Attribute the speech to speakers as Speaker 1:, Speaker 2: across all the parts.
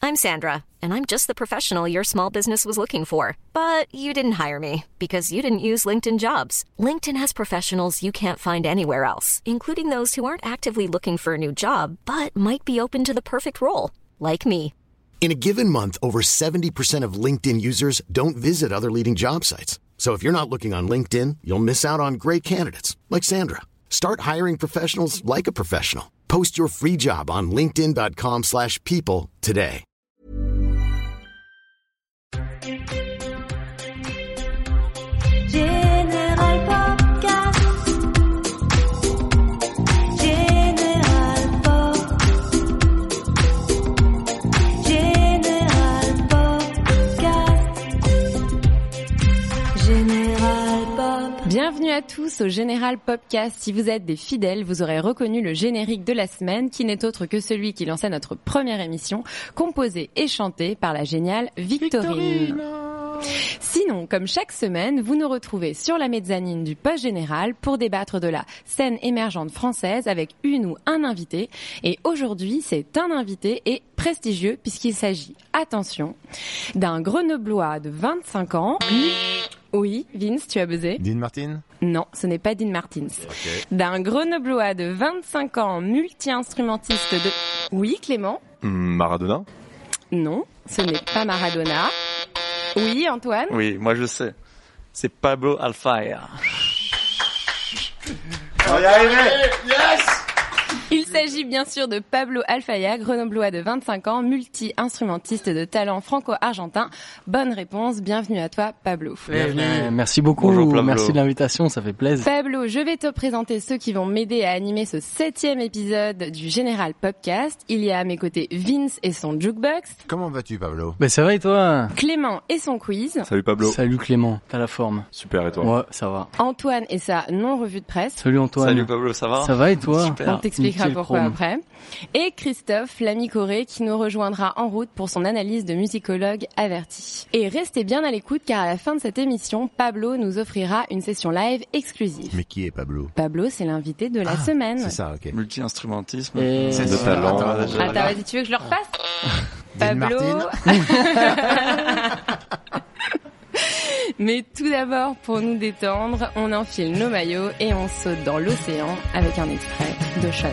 Speaker 1: I'm Sandra, and I'm just the professional your small business was looking for. But you didn't hire me because you didn't use LinkedIn Jobs. LinkedIn has professionals you can't find anywhere else, including those who aren't actively looking for a new job, but might be open to the perfect role, like me.
Speaker 2: In a given month, over 70% of LinkedIn users don't visit other leading job sites. So if you're not looking on LinkedIn, you'll miss out on great candidates like Sandra. Start hiring professionals like a professional. Post your free job on linkedin.com/people today.
Speaker 3: Général Podcast. Général Pop. Général Podcast. Général Pop.
Speaker 4: Bienvenue à tous au Général Popcast. Si vous êtes des fidèles, vous aurez reconnu le générique de la semaine qui n'est autre que celui qui lançait notre première émission, composée et chantée par la géniale Victorine. Sinon, comme chaque semaine, vous nous retrouvez sur la mezzanine du Poste Général pour débattre de la scène émergente française avec une ou un invité. Et aujourd'hui, c'est un invité et prestigieux puisqu'il s'agit, attention, d'un Grenoblois de 25 ans. Oui, Vince, tu as buzzé.
Speaker 5: Dean Martin ?
Speaker 4: Non, ce n'est pas Dean Martins.
Speaker 5: Okay.
Speaker 4: D'un Grenoblois de 25 ans, multi-instrumentiste de... Oui, Clément ?
Speaker 5: Maradona ?
Speaker 4: Non, ce n'est pas Maradona. Oui, Antoine ?
Speaker 6: Oui, moi je sais. C'est Pablo Alfaya.
Speaker 5: On va y arriver ! Yes !
Speaker 4: Il s'agit bien sûr de Pablo Alfaya, grenoblois de 25 ans, multi-instrumentiste de talent franco-argentin. Bonne réponse, bienvenue à toi Pablo.
Speaker 7: Merci beaucoup, merci de l'invitation, ça fait plaisir.
Speaker 4: Pablo, je vais te présenter ceux qui vont m'aider à animer ce 7e épisode du Général Popcast. Il y a à mes côtés Vince et son jukebox.
Speaker 5: Comment vas-tu, Pablo ?
Speaker 7: Ben ça va et toi ?
Speaker 4: Clément et son quiz.
Speaker 6: Salut Pablo.
Speaker 7: Salut Clément, t'as la forme ?
Speaker 6: Super, et toi ?
Speaker 7: Ouais, ça va.
Speaker 4: Antoine et sa non-revue de presse.
Speaker 7: Salut Antoine.
Speaker 6: Salut Pablo, ça va ?
Speaker 7: Ça va et toi ?
Speaker 6: Super.
Speaker 4: On t'expliquera
Speaker 7: Nickel
Speaker 4: pourquoi
Speaker 7: chrome.
Speaker 4: après. Et Christophe, l'ami Corée, qui nous rejoindra en route pour son analyse de musicologue averti. Et restez bien à l'écoute car à la fin de cette émission, Pablo nous offrira une session live exclusive.
Speaker 5: Mais qui est Pablo ?
Speaker 4: Pablo, c'est l'invité de la semaine.
Speaker 5: C'est ça, ok.
Speaker 6: Multi-instrumentisme,
Speaker 7: Et-
Speaker 5: C'est
Speaker 6: de
Speaker 5: ça.
Speaker 6: talent.
Speaker 4: Attends, vas-y, tu veux que je le refasse ?
Speaker 5: Dean
Speaker 4: Pablo.
Speaker 5: Martin ?
Speaker 4: Mais tout d'abord, pour nous détendre, on enfile nos maillots et on saute dans l'océan avec un extrait d'Ocean.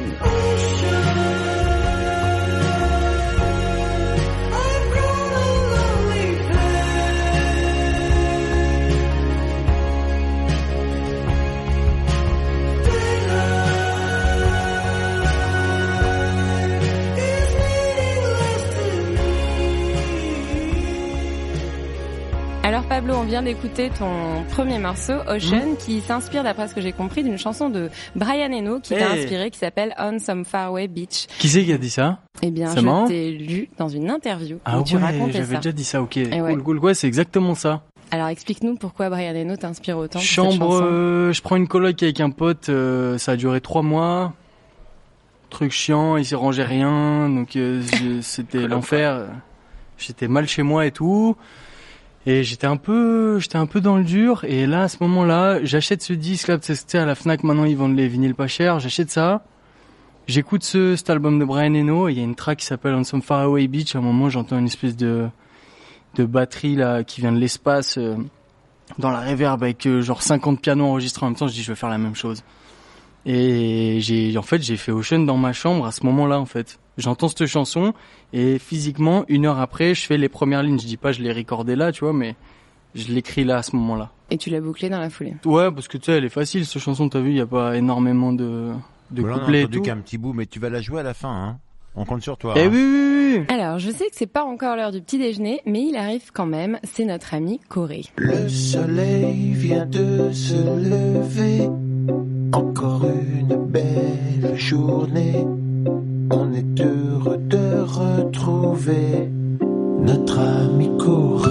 Speaker 4: Alors Pablo, on vient d'écouter ton premier morceau, Ocean, qui s'inspire, d'après ce que j'ai compris, d'une chanson de Brian Eno qui t'a
Speaker 7: Hey.
Speaker 4: inspiré, qui s'appelle On Some Faraway Beach.
Speaker 7: Qui c'est qui a dit ça ?
Speaker 4: Eh bien,
Speaker 7: C'est
Speaker 4: je
Speaker 7: marrant.
Speaker 4: t'ai lu dans une interview
Speaker 7: Ah
Speaker 4: où tu
Speaker 7: ouais,
Speaker 4: racontais
Speaker 7: j'avais
Speaker 4: ça.
Speaker 7: déjà dit ça, ok.
Speaker 4: ouais.
Speaker 7: Cool, ouais, c'est exactement ça.
Speaker 4: Alors explique-nous pourquoi Brian Eno t'inspire autant pour cette
Speaker 7: Chambre,
Speaker 4: chanson.
Speaker 7: je prends une coloc avec un pote, ça a duré 3 mois. Truc chiant, il s'est rangé rien, donc c'était l'enfer. J'étais mal chez moi et tout. Et j'étais un peu dans le dur. Et là, à ce moment-là, j'achète ce disque là, parce que à la Fnac maintenant ils vendent les vinyles pas chers. J'achète ça. J'écoute cet album de Brian Eno. Et il y a une track qui s'appelle On Some Faraway Beach. À un moment, j'entends une espèce de batterie là qui vient de l'espace dans la reverb avec genre 50 pianos enregistrés en même temps. Je dis je vais faire la même chose. Et j'ai fait Ocean dans ma chambre à ce moment-là en fait. J'entends cette chanson et physiquement 1 heure après je fais les premières lignes. Je dis pas je l'ai recordé là tu vois mais je l'écris là à ce moment-là.
Speaker 4: Et tu l'as bouclé dans la foulée.
Speaker 7: Ouais parce que tu sais elle est facile cette chanson, t'as vu, il y a pas énormément de
Speaker 5: Voilà, on a
Speaker 7: couplets et
Speaker 5: entendu
Speaker 7: tout.
Speaker 5: qu'un petit bout, mais tu vas la jouer à la fin, hein. On compte sur toi.
Speaker 7: Eh
Speaker 5: hein.
Speaker 7: oui.
Speaker 4: Alors, je sais que c'est pas encore l'heure du petit déjeuner, mais il arrive quand même, c'est notre ami Corée.
Speaker 8: Le soleil vient de se lever, encore une belle journée. On est heureux de retrouver notre ami Corée.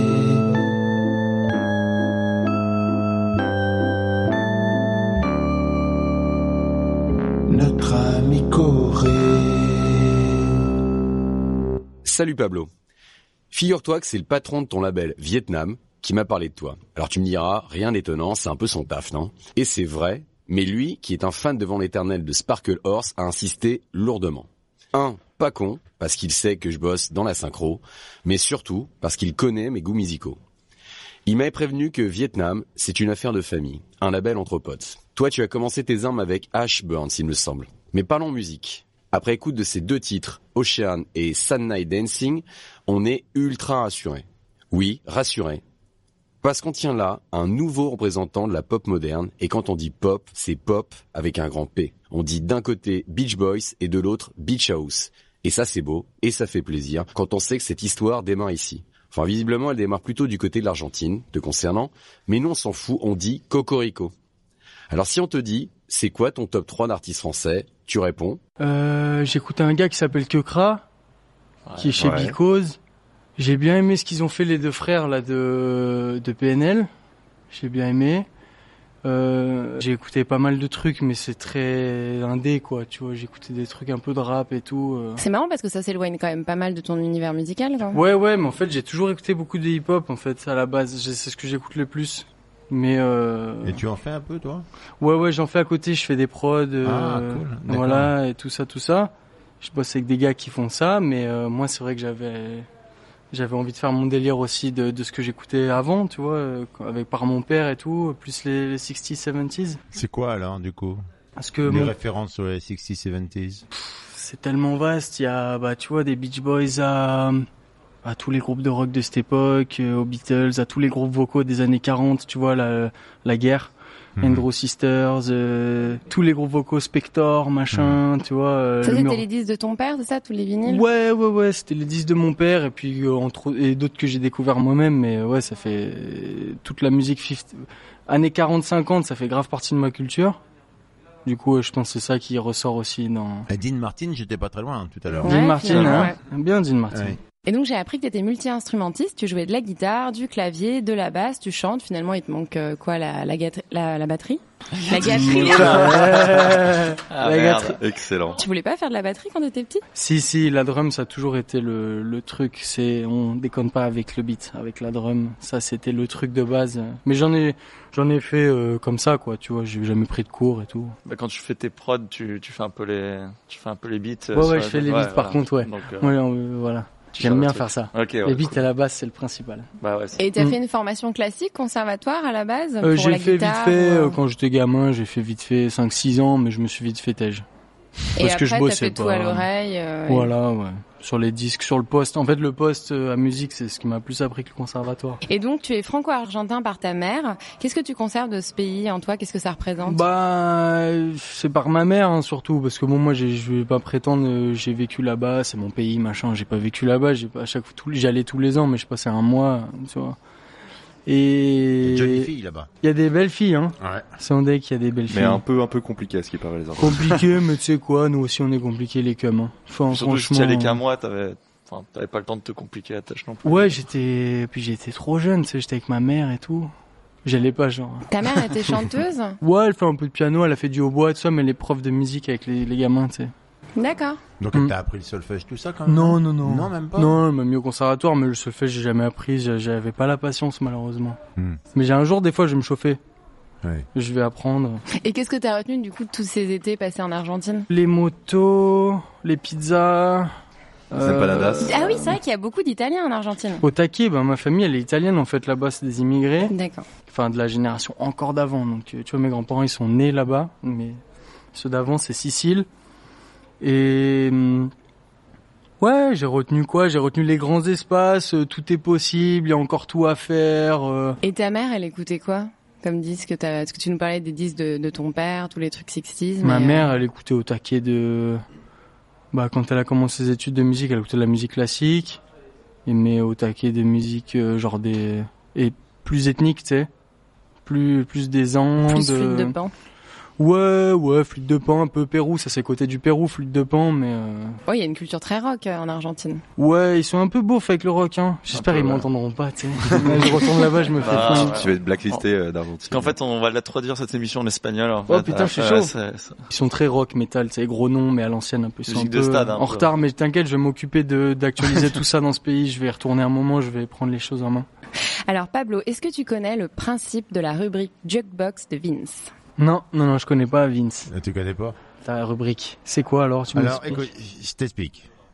Speaker 8: Notre ami Corée.
Speaker 9: Salut Pablo. Figure-toi que c'est le patron de ton label Vietnam qui m'a parlé de toi. Alors tu me diras, rien d'étonnant, c'est un peu son taf, non ? Et c'est vrai, mais lui, qui est un fan devant l'éternel de Sparkle Horse, a insisté lourdement. 1. pas con, parce qu'il sait que je bosse dans la synchro, mais surtout parce qu'il connaît mes goûts musicaux. Il m'avait prévenu que Vietnam, c'est une affaire de famille, un label entre potes. Toi, tu as commencé tes armes avec Ash Burns, il me semble. Mais parlons musique. Après écoute de ces 2 titres, Ocean et Sun Night Dancing, on est ultra rassuré. Oui, rassuré. Parce qu'on tient là un nouveau représentant de la pop moderne, et quand on dit pop, c'est pop avec un grand P. On dit d'un côté Beach Boys et de l'autre Beach House. Et ça c'est beau, et ça fait plaisir, quand on sait que cette histoire démarre ici. Enfin visiblement elle démarre plutôt du côté de l'Argentine, te concernant, mais nous on s'en fout, on dit Cocorico. Alors si on te dit, c'est quoi ton top 3 d'artistes français, tu réponds
Speaker 7: J'écoutais un gars qui s'appelle Kekra, qui est chez Because. J'ai bien aimé ce qu'ils ont fait les 2 frères là de PNL. J'ai bien aimé. J'ai écouté pas mal de trucs, mais c'est très indé quoi. Tu vois, j'ai écouté des trucs un peu de rap et tout.
Speaker 4: C'est marrant parce que ça s'éloigne quand même pas mal de ton univers musical. Genre.
Speaker 7: Ouais, mais en fait j'ai toujours écouté beaucoup de hip-hop en fait à la base. C'est ce que j'écoute le plus. Mais
Speaker 5: Et tu en fais un peu toi?
Speaker 7: Ouais, j'en fais à côté. Je fais des prods.
Speaker 5: Cool. D'accord.
Speaker 7: Voilà et tout ça. Je bosse avec des gars qui font ça, mais moi c'est vrai que j'avais envie de faire mon délire aussi de ce que j'écoutais avant, tu vois, par mon père et tout, plus les 60s, 70s.
Speaker 5: C'est quoi alors du coup?
Speaker 7: Parce que
Speaker 5: les références sur les 60s, 70s.
Speaker 7: C'est tellement vaste, il y a tu vois des Beach Boys à tous les groupes de rock de cette époque, aux Beatles, à tous les groupes vocaux des années 40, tu vois la guerre. Andrew Sisters, tous les groupes vocaux Spector, machin, tu vois.
Speaker 4: Ça c'était les disques de ton père, c'est ça, tous les vinyles?
Speaker 7: Ouais, c'était les disques de mon père et puis et d'autres que j'ai découvert moi-même, mais ouais, ça fait toute la musique années 40-50, ça fait grave partie de ma culture. Du coup, je pense que c'est ça qui ressort aussi dans...
Speaker 5: Et Dean Martin, j'étais pas très loin tout à l'heure.
Speaker 7: Dean Martin, hein. Bien Dean Martin. Ouais.
Speaker 4: Et donc j'ai appris que tu étais multi-instrumentiste, tu jouais de la guitare, du clavier, de la basse, tu chantes, finalement il te manque quoi, la batterie? La gâterie.
Speaker 6: Excellent.
Speaker 4: Tu voulais pas faire de la batterie quand t'étais petit?
Speaker 7: Si, la drum ça a toujours été le truc, on déconne pas avec le beat, avec la drum, ça c'était le truc de base. Mais j'en ai fait comme ça quoi, tu vois, j'ai jamais pris de cours et tout.
Speaker 6: Bah, quand tu fais tes prods, tu fais un peu les beats.
Speaker 7: Ouais, je fais les beats par contre, ouais.
Speaker 6: Donc,
Speaker 7: voilà. J'aime bien faire ça.
Speaker 6: Okay,
Speaker 7: les beats à la base, c'est le principal.
Speaker 6: Bah ouais,
Speaker 4: et t'as fait une formation classique, conservatoire à la base?
Speaker 7: J'ai fait vite fait, quand j'étais gamin, j'ai fait vite fait 5-6 ans, mais je me suis vite fait tège.
Speaker 4: Et
Speaker 7: parce
Speaker 4: après,
Speaker 7: que je bossais
Speaker 4: t'as fait
Speaker 7: pas.
Speaker 4: tout à l'oreille.
Speaker 7: Voilà, ouais. Sur les disques, sur le poste. En fait, le poste à musique, c'est ce qui m'a plus appris que le conservatoire.
Speaker 4: Et donc, tu es franco-argentin par ta mère. Qu'est-ce que tu conserves de ce pays en toi? Qu'est-ce que ça représente?
Speaker 7: C'est par ma mère, hein, surtout. Parce que bon, moi, je vais pas prétendre, j'ai vécu là-bas, c'est mon pays, machin. J'ai pas vécu là-bas, j'y allais tous les ans, mais je passais un mois, tu vois. Et...
Speaker 5: Jolie fille là-bas.
Speaker 7: Il y a des belles filles, hein.
Speaker 5: Ouais.
Speaker 7: C'est en deck, il y a des belles filles.
Speaker 6: Mais un peu compliqué à ce qui paraît les enfants.
Speaker 7: Compliqué, mais tu sais quoi, nous aussi on est compliqués les cums, hein. Enfin,
Speaker 6: surtout si tu y allais qu'un mois, t'avais pas le temps de te compliquer la tâche non plus.
Speaker 7: Ouais, j'étais trop jeune, tu sais, j'étais avec ma mère et tout. J'allais pas, genre.
Speaker 4: Ta mère était chanteuse?
Speaker 7: Ouais, elle fait un peu de piano, elle a fait du hautbois et tout ça, mais elle est prof de musique avec les gamins, tu sais.
Speaker 4: D'accord.
Speaker 5: Donc t'as appris le solfège, tout ça quand même?
Speaker 7: Non.
Speaker 5: Non, même pas?
Speaker 7: Non, elle m'a mis au conservatoire, mais le solfège j'ai jamais appris, j'avais pas la patience malheureusement. Mais j'ai un jour, des fois, je vais me chauffer.
Speaker 5: Ouais.
Speaker 7: Je vais apprendre.
Speaker 4: Et qu'est-ce que t'as retenu du coup de tous ces étés passés en Argentine?
Speaker 7: Les motos, les pizzas...
Speaker 6: C'est pas la basse.
Speaker 4: Ah oui, c'est vrai qu'il y a beaucoup d'Italiens en Argentine.
Speaker 7: Au taquet, ma famille elle est italienne en fait, là-bas c'est des immigrés.
Speaker 4: D'accord.
Speaker 7: Enfin de la génération encore d'avant, donc tu vois mes grands-parents ils sont nés là-bas, mais ceux d'avant c'est Sicile. Et ouais, j'ai retenu les grands espaces, tout est possible, il y a encore tout à faire.
Speaker 4: Et ta mère, elle écoutait quoi comme disque? Est-ce que tu nous parlais des disques de ton père, tous les trucs 60s?
Speaker 7: Ma mère, elle écoutait au taquet quand elle a commencé ses études de musique, elle écoutait de la musique classique, mais au taquet de musique genre et plus ethnique, tu sais, plus des Andes.
Speaker 4: Plus flûte de Pan.
Speaker 7: Ouais, flûte de Pan, un peu Pérou, ça c'est côté du Pérou, flûte de Pan, mais...
Speaker 4: Ouais, il y a une culture très rock en Argentine.
Speaker 7: Ouais, ils sont un peu beaufs avec le rock, hein. J'espère ils m'entendront pas, tu sais. Je retourne là-bas, je me fais fouiller.
Speaker 6: Tu vas être blacklisté d'Argentine. Parce qu'en fait, on va la traduire cette émission en espagnol. En fait.
Speaker 7: Oh putain, je suis chaud. Ils sont très rock, metal, tu sais, gros noms, mais à l'ancienne un peu. Ils sont un peu
Speaker 6: stade,
Speaker 7: en retard, mais t'inquiète, je vais m'occuper d'actualiser tout ça dans ce pays. Je vais y retourner un moment, je vais prendre les choses en main.
Speaker 4: Alors Pablo, est-ce que tu connais le principe de la rubrique Jukebox de Vince?
Speaker 7: Non, je connais pas Vince.
Speaker 5: Tu connais pas?
Speaker 7: Ta rubrique. C'est quoi alors?
Speaker 5: Alors, écoute, je t'explique.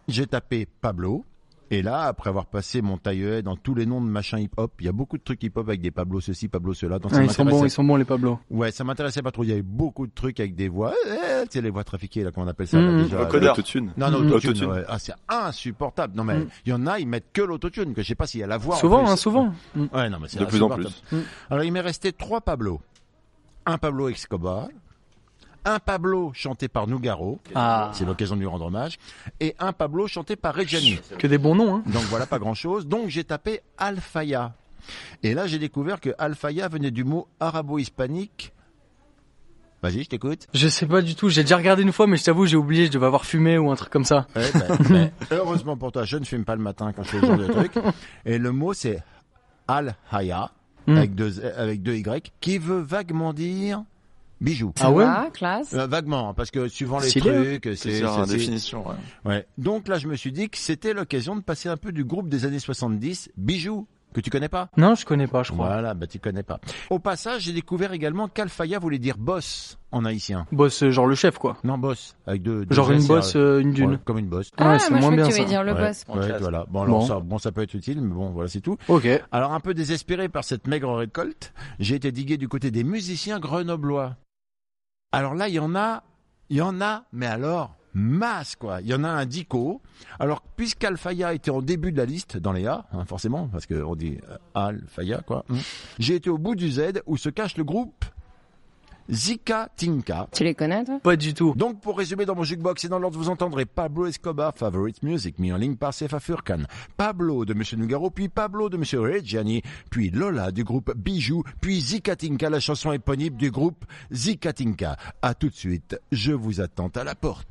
Speaker 5: j'ai tapé Pablo. Et là, après avoir passé mon taille dans tous les noms de machin hip-hop, il y a beaucoup de trucs hip-hop avec des Pablo ceci, Pablo cela. Donc ça
Speaker 7: ils sont bons les Pablo.
Speaker 5: Ouais, ça m'intéressait pas trop. Il y avait beaucoup de trucs avec des voix, tu sais, les voix trafiquées, là, comment on appelle ça, là, déjà.
Speaker 6: L'autotune.
Speaker 5: Non, l'autotune. Ouais. Ah, c'est insupportable. Non, mais il y en a, ils mettent que l'autotune, que je sais pas s'il y a la voix.
Speaker 7: Souvent,
Speaker 5: souvent. Ouais, non, mais c'est
Speaker 6: de plus en plus.
Speaker 5: Alors, il m'est resté 3 Pablo. Un Pablo Escobar. Un Pablo chanté par Nougaro, c'est l'occasion de lui rendre hommage, et un Pablo chanté par Reggiani.
Speaker 7: Que des bons noms, hein.
Speaker 5: Donc voilà, pas grand-chose. Donc j'ai tapé Alfaya. Et là, j'ai découvert que Alfaya venait du mot arabo-hispanique. Vas-y, je t'écoute.
Speaker 7: Je sais pas du tout, j'ai déjà regardé une fois, mais je t'avoue, j'ai oublié, je devais avoir fumé ou un truc comme ça.
Speaker 5: Ouais, mais heureusement pour toi, je ne fume pas le matin quand je fais ce genre de truc. Et le mot, c'est Alhaya, avec deux Y, qui veut vaguement dire... Bijoux.
Speaker 7: Ah ouais,
Speaker 4: classe.
Speaker 5: Vaguement, parce que suivant les
Speaker 7: stylé,
Speaker 5: trucs,
Speaker 6: c'est la définition.
Speaker 5: Ouais. Donc là, je me suis dit que c'était l'occasion de passer un peu du groupe des années 70, Bijoux, que tu connais pas.
Speaker 7: Non, je connais pas, je crois.
Speaker 5: Voilà, tu connais pas. Au passage, j'ai découvert également qu'Alfaya voulait dire boss en haïtien.
Speaker 7: Boss, genre le chef, quoi.
Speaker 5: Non, boss, avec deux
Speaker 7: genre une
Speaker 5: S,
Speaker 7: bosse, une dune.
Speaker 5: Ouais, comme une bosse.
Speaker 4: Ah,
Speaker 7: c'est
Speaker 4: moi
Speaker 7: moins
Speaker 4: je
Speaker 7: bien
Speaker 4: crois que tu
Speaker 7: ça.
Speaker 4: voulais dire le boss.
Speaker 5: Ouais, voilà. Bon, alors ça peut être utile, mais bon, voilà, c'est tout.
Speaker 7: Ok.
Speaker 5: Alors, un peu désespéré par cette maigre récolte, j'ai été digué du côté des musiciens grenoblois. Alors là, il y en a, mais alors, masse, quoi. Il y en a un dico. Alors, puisqu'Alfaya était en début de la liste, dans les A, hein, forcément, parce qu'on dit Alfaya, quoi. J'ai été au bout du Z, où se cache le groupe Zika Tinka.
Speaker 4: Tu les connais, toi?
Speaker 7: Pas du tout.
Speaker 5: Donc, pour résumer dans mon jukebox et dans l'ordre, vous entendrez Pablo Escobar, Favorite Music, mis en ligne par Sefa Furkan. Pablo de Monsieur Nougaro, puis Pablo de Monsieur Reggiani, puis Lola du groupe Bijoux, puis Zika Tinka, la chanson éponyme du groupe Zika Tinka. À tout de suite, je vous attends à la porte.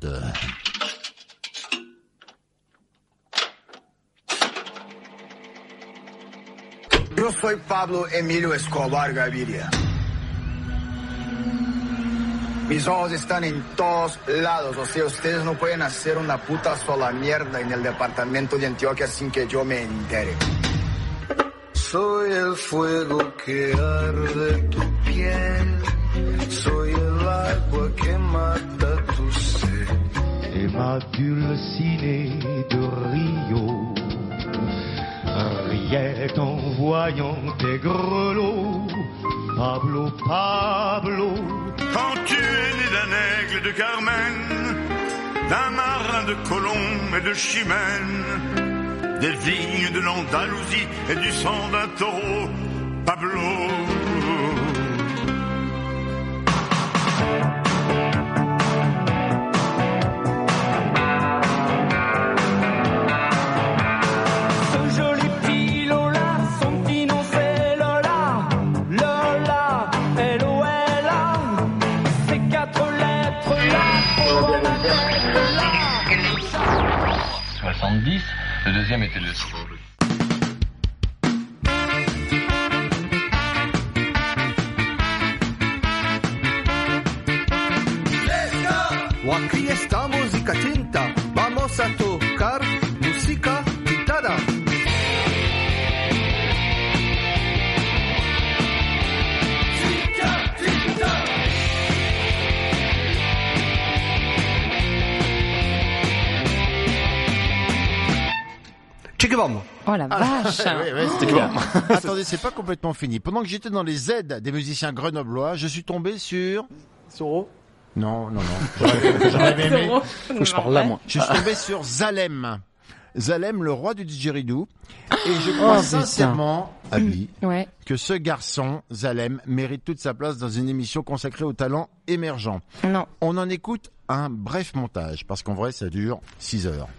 Speaker 10: Yo soy Pablo Emilio Escobar Gaviria. Mis ojos están en todos lados, o sea, ustedes no pueden hacer una puta sola mierda en el departamento de Antioquia sin que yo me entere. Soy el fuego que arde tu piel, soy el agua que mata tu sed.
Speaker 8: Et ma dulcinée de Rio riait en voyant tes grelots. Pablo, Pablo.
Speaker 11: Quand tu es né d'un aigle de Carmen, d'un marin de Colombe et de Chimène, des vignes de l'Andalousie et du sang d'un taureau, Pablo.
Speaker 12: Le deuxième était le son.
Speaker 10: Aquí estamos Zika Tinta, vamos a tocar música quitada.
Speaker 4: Oh la vache.
Speaker 5: C'était bon. Attendez, c'est pas complètement fini. Pendant que j'étais dans les Z des musiciens grenoblois, je suis tombé sur...
Speaker 7: Soro?
Speaker 5: Non. J'aurais aimé.
Speaker 7: Faut que je parle là, moi.
Speaker 5: Je suis tombé sur Zalem. Zalem, le roi du didgeridoo. Et je crois sincèrement, Abby, que ce garçon, Zalem, mérite toute sa place dans une émission consacrée aux talents émergents.
Speaker 4: Non.
Speaker 5: On en écoute un bref montage, parce qu'en vrai, ça dure 6 heures.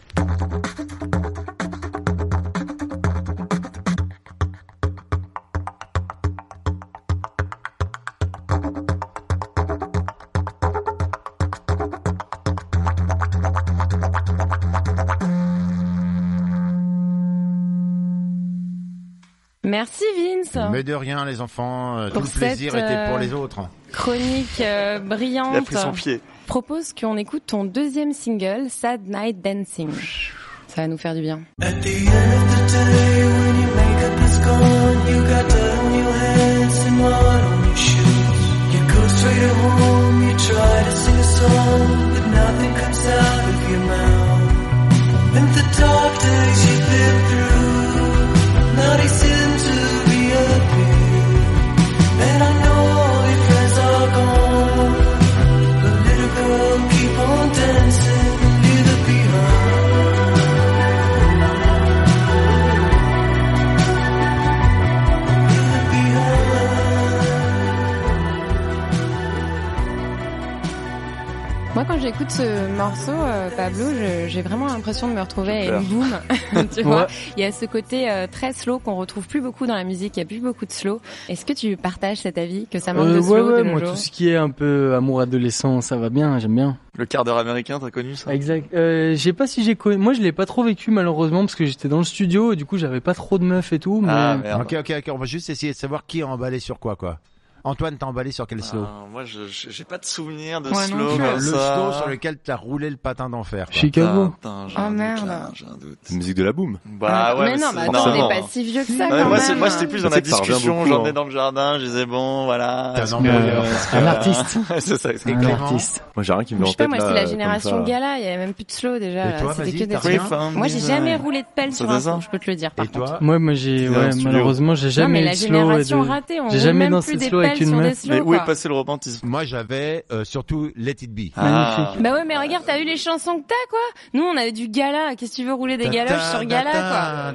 Speaker 4: Merci Vince.
Speaker 5: Mais de rien les enfants, tout le plaisir était pour les autres.
Speaker 4: Chronique brillante.
Speaker 6: Il a pris son pied.
Speaker 4: Propose qu'on écoute ton deuxième single, Sad Night Dancing. Ça va nous faire du bien.
Speaker 3: At the end of the day, when your makeup is gone, you got dirt on your hands and mud on your shoes. You go straight to home, you try to sing a song, but nothing comes out of your mouth. dark days you've been through, now they seem to reappear. And I know your friends are gone, but little girl, keep on dancing, leave it behind.
Speaker 4: Moi, quand j'écoute ce morceau, Pablo, j'ai vraiment l'impression de me retrouver à une boom. Tu vois,
Speaker 7: Ouais.
Speaker 4: il y a ce côté très slow qu'on retrouve plus beaucoup dans la musique. Il y a plus beaucoup de slow. Est-ce que tu partages cet avis que ça manque de slow
Speaker 7: ouais,
Speaker 4: de nos
Speaker 7: moi
Speaker 4: jours?
Speaker 7: tout ce qui est un peu amour adolescent, ça va bien, j'aime bien.
Speaker 6: Le quart d'heure américain, t'as connu ça?
Speaker 7: Exact. Je sais pas si j'ai connu. Moi, je l'ai pas trop vécu malheureusement parce que j'étais dans le studio et du coup, j'avais pas trop de meufs et tout. Mais...
Speaker 6: Ah merde.
Speaker 5: Ok, on va juste essayer de savoir qui a emballé sur quoi. Antoine, t'as emballé sur quel slow?
Speaker 6: Moi, j'ai pas de souvenir de
Speaker 4: Ouais, non
Speaker 6: slow
Speaker 4: plus.
Speaker 6: comme
Speaker 5: Le
Speaker 6: ça.
Speaker 5: slow sur lequel t'as roulé le patin d'enfer. quoi.
Speaker 7: Chicago.
Speaker 6: Putain, j'ai
Speaker 4: Oh
Speaker 6: un doute,
Speaker 4: merde.
Speaker 6: là, j'ai un doute.
Speaker 9: C'est musique de la boom.
Speaker 6: Bah ouais,
Speaker 4: mais non, mais attends, on
Speaker 6: forcément.
Speaker 4: n'est pas si vieux que ça.
Speaker 6: Ouais,
Speaker 4: quand même.
Speaker 6: moi, c'était plus dans
Speaker 9: Tu
Speaker 6: la
Speaker 9: sais que ça revient
Speaker 6: discussion.
Speaker 9: beaucoup,
Speaker 6: J'emmenais
Speaker 9: hein.
Speaker 6: dans le jardin, je disais bon, voilà.
Speaker 5: T'es un
Speaker 6: est-ce
Speaker 5: embrouilleur.
Speaker 6: que-
Speaker 7: Un artiste.
Speaker 6: C'est ça.
Speaker 5: Et
Speaker 7: Un
Speaker 5: Clément
Speaker 7: artiste.
Speaker 9: Moi, j'ai rien qui me
Speaker 4: Je
Speaker 9: vient en
Speaker 4: sais pas,
Speaker 9: tête
Speaker 4: moi,
Speaker 9: là,
Speaker 4: c'est la
Speaker 9: comme
Speaker 4: génération
Speaker 9: ça.
Speaker 4: gala. Il y avait même plus de slow déjà.
Speaker 5: Et toi,
Speaker 4: C'était
Speaker 5: vas-y,
Speaker 4: que des
Speaker 5: t'as
Speaker 4: slow.
Speaker 5: rien
Speaker 4: Moi, j'ai jamais roulé de pelle sur
Speaker 6: Ça
Speaker 4: un
Speaker 6: faisait ça
Speaker 4: son, je peux te le dire. Par
Speaker 5: Et
Speaker 4: contre.
Speaker 5: toi?
Speaker 7: Moi, j'ai,
Speaker 6: Dans le
Speaker 7: ouais,
Speaker 6: studio.
Speaker 7: malheureusement, j'ai
Speaker 4: Non,
Speaker 7: jamais
Speaker 4: mais
Speaker 7: eu
Speaker 4: la
Speaker 7: de slow et
Speaker 4: génération
Speaker 7: de...
Speaker 4: ratée, on
Speaker 7: J'ai
Speaker 4: roule
Speaker 7: jamais
Speaker 4: même
Speaker 7: dansé
Speaker 4: plus des
Speaker 7: slow avec
Speaker 4: pelles
Speaker 7: une
Speaker 4: sur des
Speaker 7: meuf.
Speaker 4: slow,
Speaker 6: Mais où
Speaker 4: quoi.
Speaker 6: est passé le romantisme?
Speaker 5: Moi, j'avais surtout Let It Be.
Speaker 7: Magnifique.
Speaker 4: Bah ouais, mais regarde, t'as eu les chansons que t'as, quoi. Nous, on avait du gala. Qu'est-ce que tu veux rouler des galoches sur gala,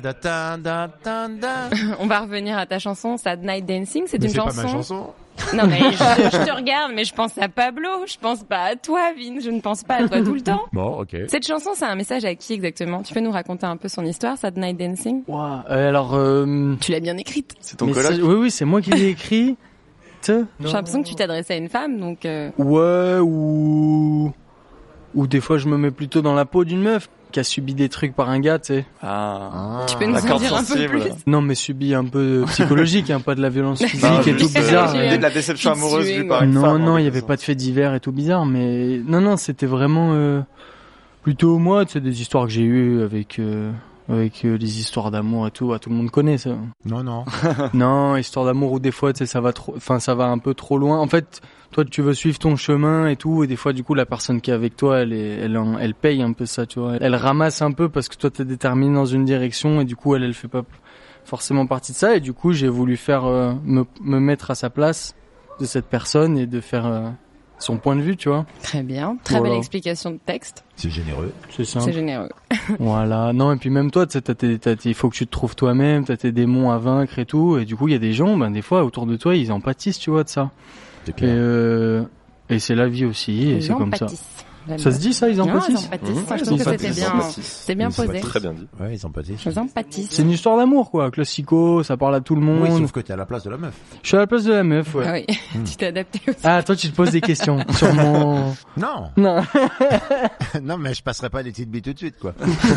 Speaker 4: quoi. On va revenir à ta chanson, Sad Night Dancing. C'est
Speaker 5: Mais
Speaker 4: une
Speaker 5: c'est
Speaker 4: chanson.
Speaker 5: pas ma chanson.
Speaker 4: Non, mais je te regarde, mais je pense à Pablo. Je pense pas à toi, Vin. Je ne pense pas à toi tout le temps.
Speaker 5: Bon, ok.
Speaker 4: Cette chanson, c'est un message à qui exactement? Tu peux nous raconter un peu son histoire, Sad Night Dancing?
Speaker 7: Ouah, alors,
Speaker 4: Tu l'as bien écrite.
Speaker 6: C'est ton
Speaker 7: mais
Speaker 6: coloc?
Speaker 7: oui, c'est moi qui l'ai écrit.
Speaker 4: J'ai l'impression que tu t'adressais à une femme, donc.
Speaker 7: Ouais, ou des fois je me mets plutôt dans la peau d'une meuf qui a subi des trucs par un gars, tu sais.
Speaker 6: Ah.
Speaker 4: Tu peux nous
Speaker 6: La
Speaker 4: en
Speaker 6: corde
Speaker 4: dire un peu
Speaker 6: sensible.
Speaker 4: plus?
Speaker 7: Non, mais subi un peu psychologique, hein, pas de la violence physique
Speaker 6: Non,
Speaker 7: et tout
Speaker 6: juste,
Speaker 7: bizarre.
Speaker 6: de la déception
Speaker 4: Petite
Speaker 6: amoureuse
Speaker 4: suée,
Speaker 6: vue par une
Speaker 7: Non,
Speaker 6: femme.
Speaker 7: non,
Speaker 6: en
Speaker 7: il y
Speaker 6: quelque
Speaker 7: avait
Speaker 6: sorte.
Speaker 7: pas de fait divers et tout bizarre, mais non, c'était vraiment plutôt moi, tu sais, des histoires que j'ai eues avec les histoires d'amour et tout. Bah, tout le monde connaît ça.
Speaker 5: Non.
Speaker 7: Non, histoire d'amour où des fois, tu sais, ça va un peu trop loin. En fait, toi, tu veux suivre ton chemin et tout, et des fois, du coup, la personne qui est avec toi, elle paye un peu ça, tu vois. Elle ramasse un peu parce que toi, t'es déterminé dans une direction, et du coup, elle fait pas forcément partie de ça, et du coup, j'ai voulu faire, me mettre à sa place de cette personne et de faire son point de vue, tu vois.
Speaker 4: Très bien. Très
Speaker 7: Voilà.
Speaker 4: belle explication de texte.
Speaker 5: C'est généreux.
Speaker 7: C'est simple.
Speaker 4: C'est généreux.
Speaker 7: Voilà. Non, et puis même toi, tu sais, il faut que tu te trouves toi-même, t'as tes démons à vaincre et tout, et du coup, il y a des gens, des fois, autour de toi, ils en pâtissent, tu vois, de ça.
Speaker 5: C'est clair.
Speaker 7: Et c'est la vie aussi, et c'est comme ça.
Speaker 4: J'aime
Speaker 7: Ça
Speaker 4: bien.
Speaker 7: se dit ça, ils en
Speaker 4: Non, ils
Speaker 7: pâtissent?
Speaker 4: en pâtissent.
Speaker 6: Mmh.
Speaker 4: Moi, je
Speaker 7: Ils
Speaker 4: trouve que
Speaker 7: en
Speaker 4: c'était
Speaker 7: pâtissent.
Speaker 4: bien, c'est bien posé.
Speaker 9: Très bien dit.
Speaker 5: Ouais, ils en pâtissent.
Speaker 4: Ils en pâtissent.
Speaker 7: C'est une histoire d'amour, quoi. Classico, ça parle à tout le monde.
Speaker 5: Oui, sauf que t'es à la place de la meuf.
Speaker 7: Je suis à la place de la meuf, ouais.
Speaker 4: Ah oui, tu t'es adapté aussi.
Speaker 7: Ah, toi, tu te poses des questions. Sûrement.
Speaker 5: Non.
Speaker 7: Non.
Speaker 5: Non, mais je passerai pas les petites billes tout de suite, quoi.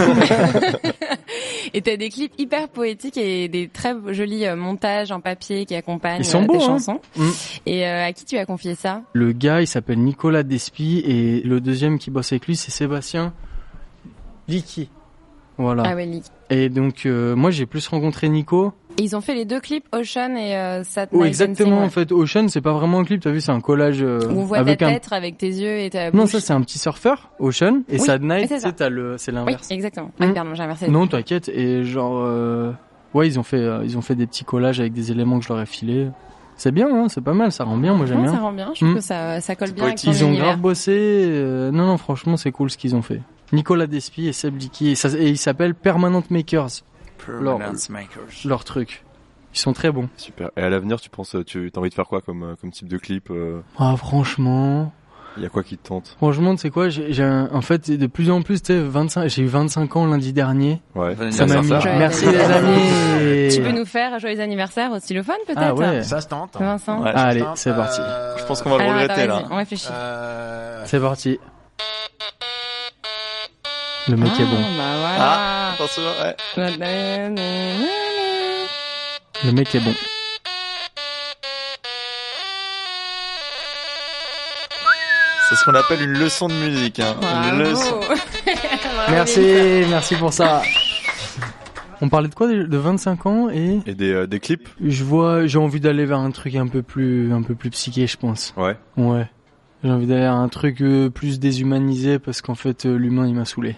Speaker 4: Et t'as des clips hyper poétiques et des très jolis montages en papier qui accompagnent
Speaker 7: Ils sont
Speaker 4: tes
Speaker 7: beaux, hein.
Speaker 4: chansons.
Speaker 7: Mm.
Speaker 4: Et à qui tu as confié ça?
Speaker 7: Le gars, il s'appelle Nicolas Despy, et le deuxième qui bosse avec lui, c'est Sébastien Licky. Voilà.
Speaker 4: Ah ouais, Lee.
Speaker 7: Et donc, moi, j'ai plus rencontré Nico.
Speaker 4: Et ils ont fait les deux clips, Ocean et Sad
Speaker 7: Oh,
Speaker 4: Night
Speaker 7: exactement,
Speaker 4: Dancing, ouais.
Speaker 7: en fait. Ocean, c'est pas vraiment un clip, t'as vu, c'est un collage
Speaker 4: Où on voit
Speaker 7: avec
Speaker 4: ta
Speaker 7: un...
Speaker 4: tête avec tes yeux et ta bouche.
Speaker 7: Non, ça, c'est un petit surfeur, Ocean. Et
Speaker 4: Oui,
Speaker 7: Sad Night,
Speaker 4: c'est
Speaker 7: tu
Speaker 4: ça.
Speaker 7: sais, c'est
Speaker 4: Oui,
Speaker 7: l'inverse.
Speaker 4: exactement.
Speaker 7: Mm.
Speaker 4: Ah, pardon, j'ai inversé.
Speaker 7: Non, t'inquiète. Et genre, ouais, ils ont fait des petits collages avec des éléments que je leur ai filés. C'est bien, hein, c'est pas mal, ça rend bien, moi j'aime
Speaker 4: Ouais,
Speaker 7: bien.
Speaker 4: ça rend bien, je trouve
Speaker 7: Mm.
Speaker 4: que ça colle bien avec ton
Speaker 7: Ils ont
Speaker 4: univers.
Speaker 7: grave bossé. Non, franchement, c'est cool ce qu'ils ont fait. Nicolas Despy et Seb Licky. Et ils s'appellent Permanent Makers,
Speaker 6: Permanent Makers.
Speaker 7: leur truc. Ils sont très bons.
Speaker 9: Super. Et à l'avenir, tu penses, tu as envie de faire quoi comme type de clip
Speaker 7: Ah, franchement,
Speaker 9: Il y a quoi qui te tente?
Speaker 7: tu sais quoi, en fait, de plus en plus, tu sais, j'ai eu 25 ans lundi dernier.
Speaker 9: Ouais.
Speaker 7: Ça m'a mis.
Speaker 6: anniversaire.
Speaker 7: Merci les amis.
Speaker 4: Tu peux nous faire un joyeux anniversaire au stylophone, peut-être?
Speaker 7: Ah ouais.
Speaker 5: Ça se tente.
Speaker 4: Vincent.
Speaker 6: Ouais.
Speaker 7: Allez,
Speaker 5: Ça se tente.
Speaker 7: c'est parti.
Speaker 6: Je pense qu'on va le
Speaker 4: Alors,
Speaker 6: regretter,
Speaker 4: attends,
Speaker 6: là.
Speaker 4: vas-y, on réfléchit.
Speaker 7: C'est parti. Le mec est bon.
Speaker 4: Bah voilà.
Speaker 6: Ah, attention, ouais.
Speaker 7: Le mec est bon.
Speaker 6: C'est ce qu'on appelle une leçon de musique, hein. Une leçon.
Speaker 7: Merci pour ça. On parlait de quoi, de 25 ans et
Speaker 9: des clips?
Speaker 7: j'ai envie d'aller vers un truc un peu plus psyché, je pense.
Speaker 9: Ouais.
Speaker 7: Ouais. J'ai envie d'aller vers un truc plus déshumanisé parce qu'en fait l'humain il m'a saoulé.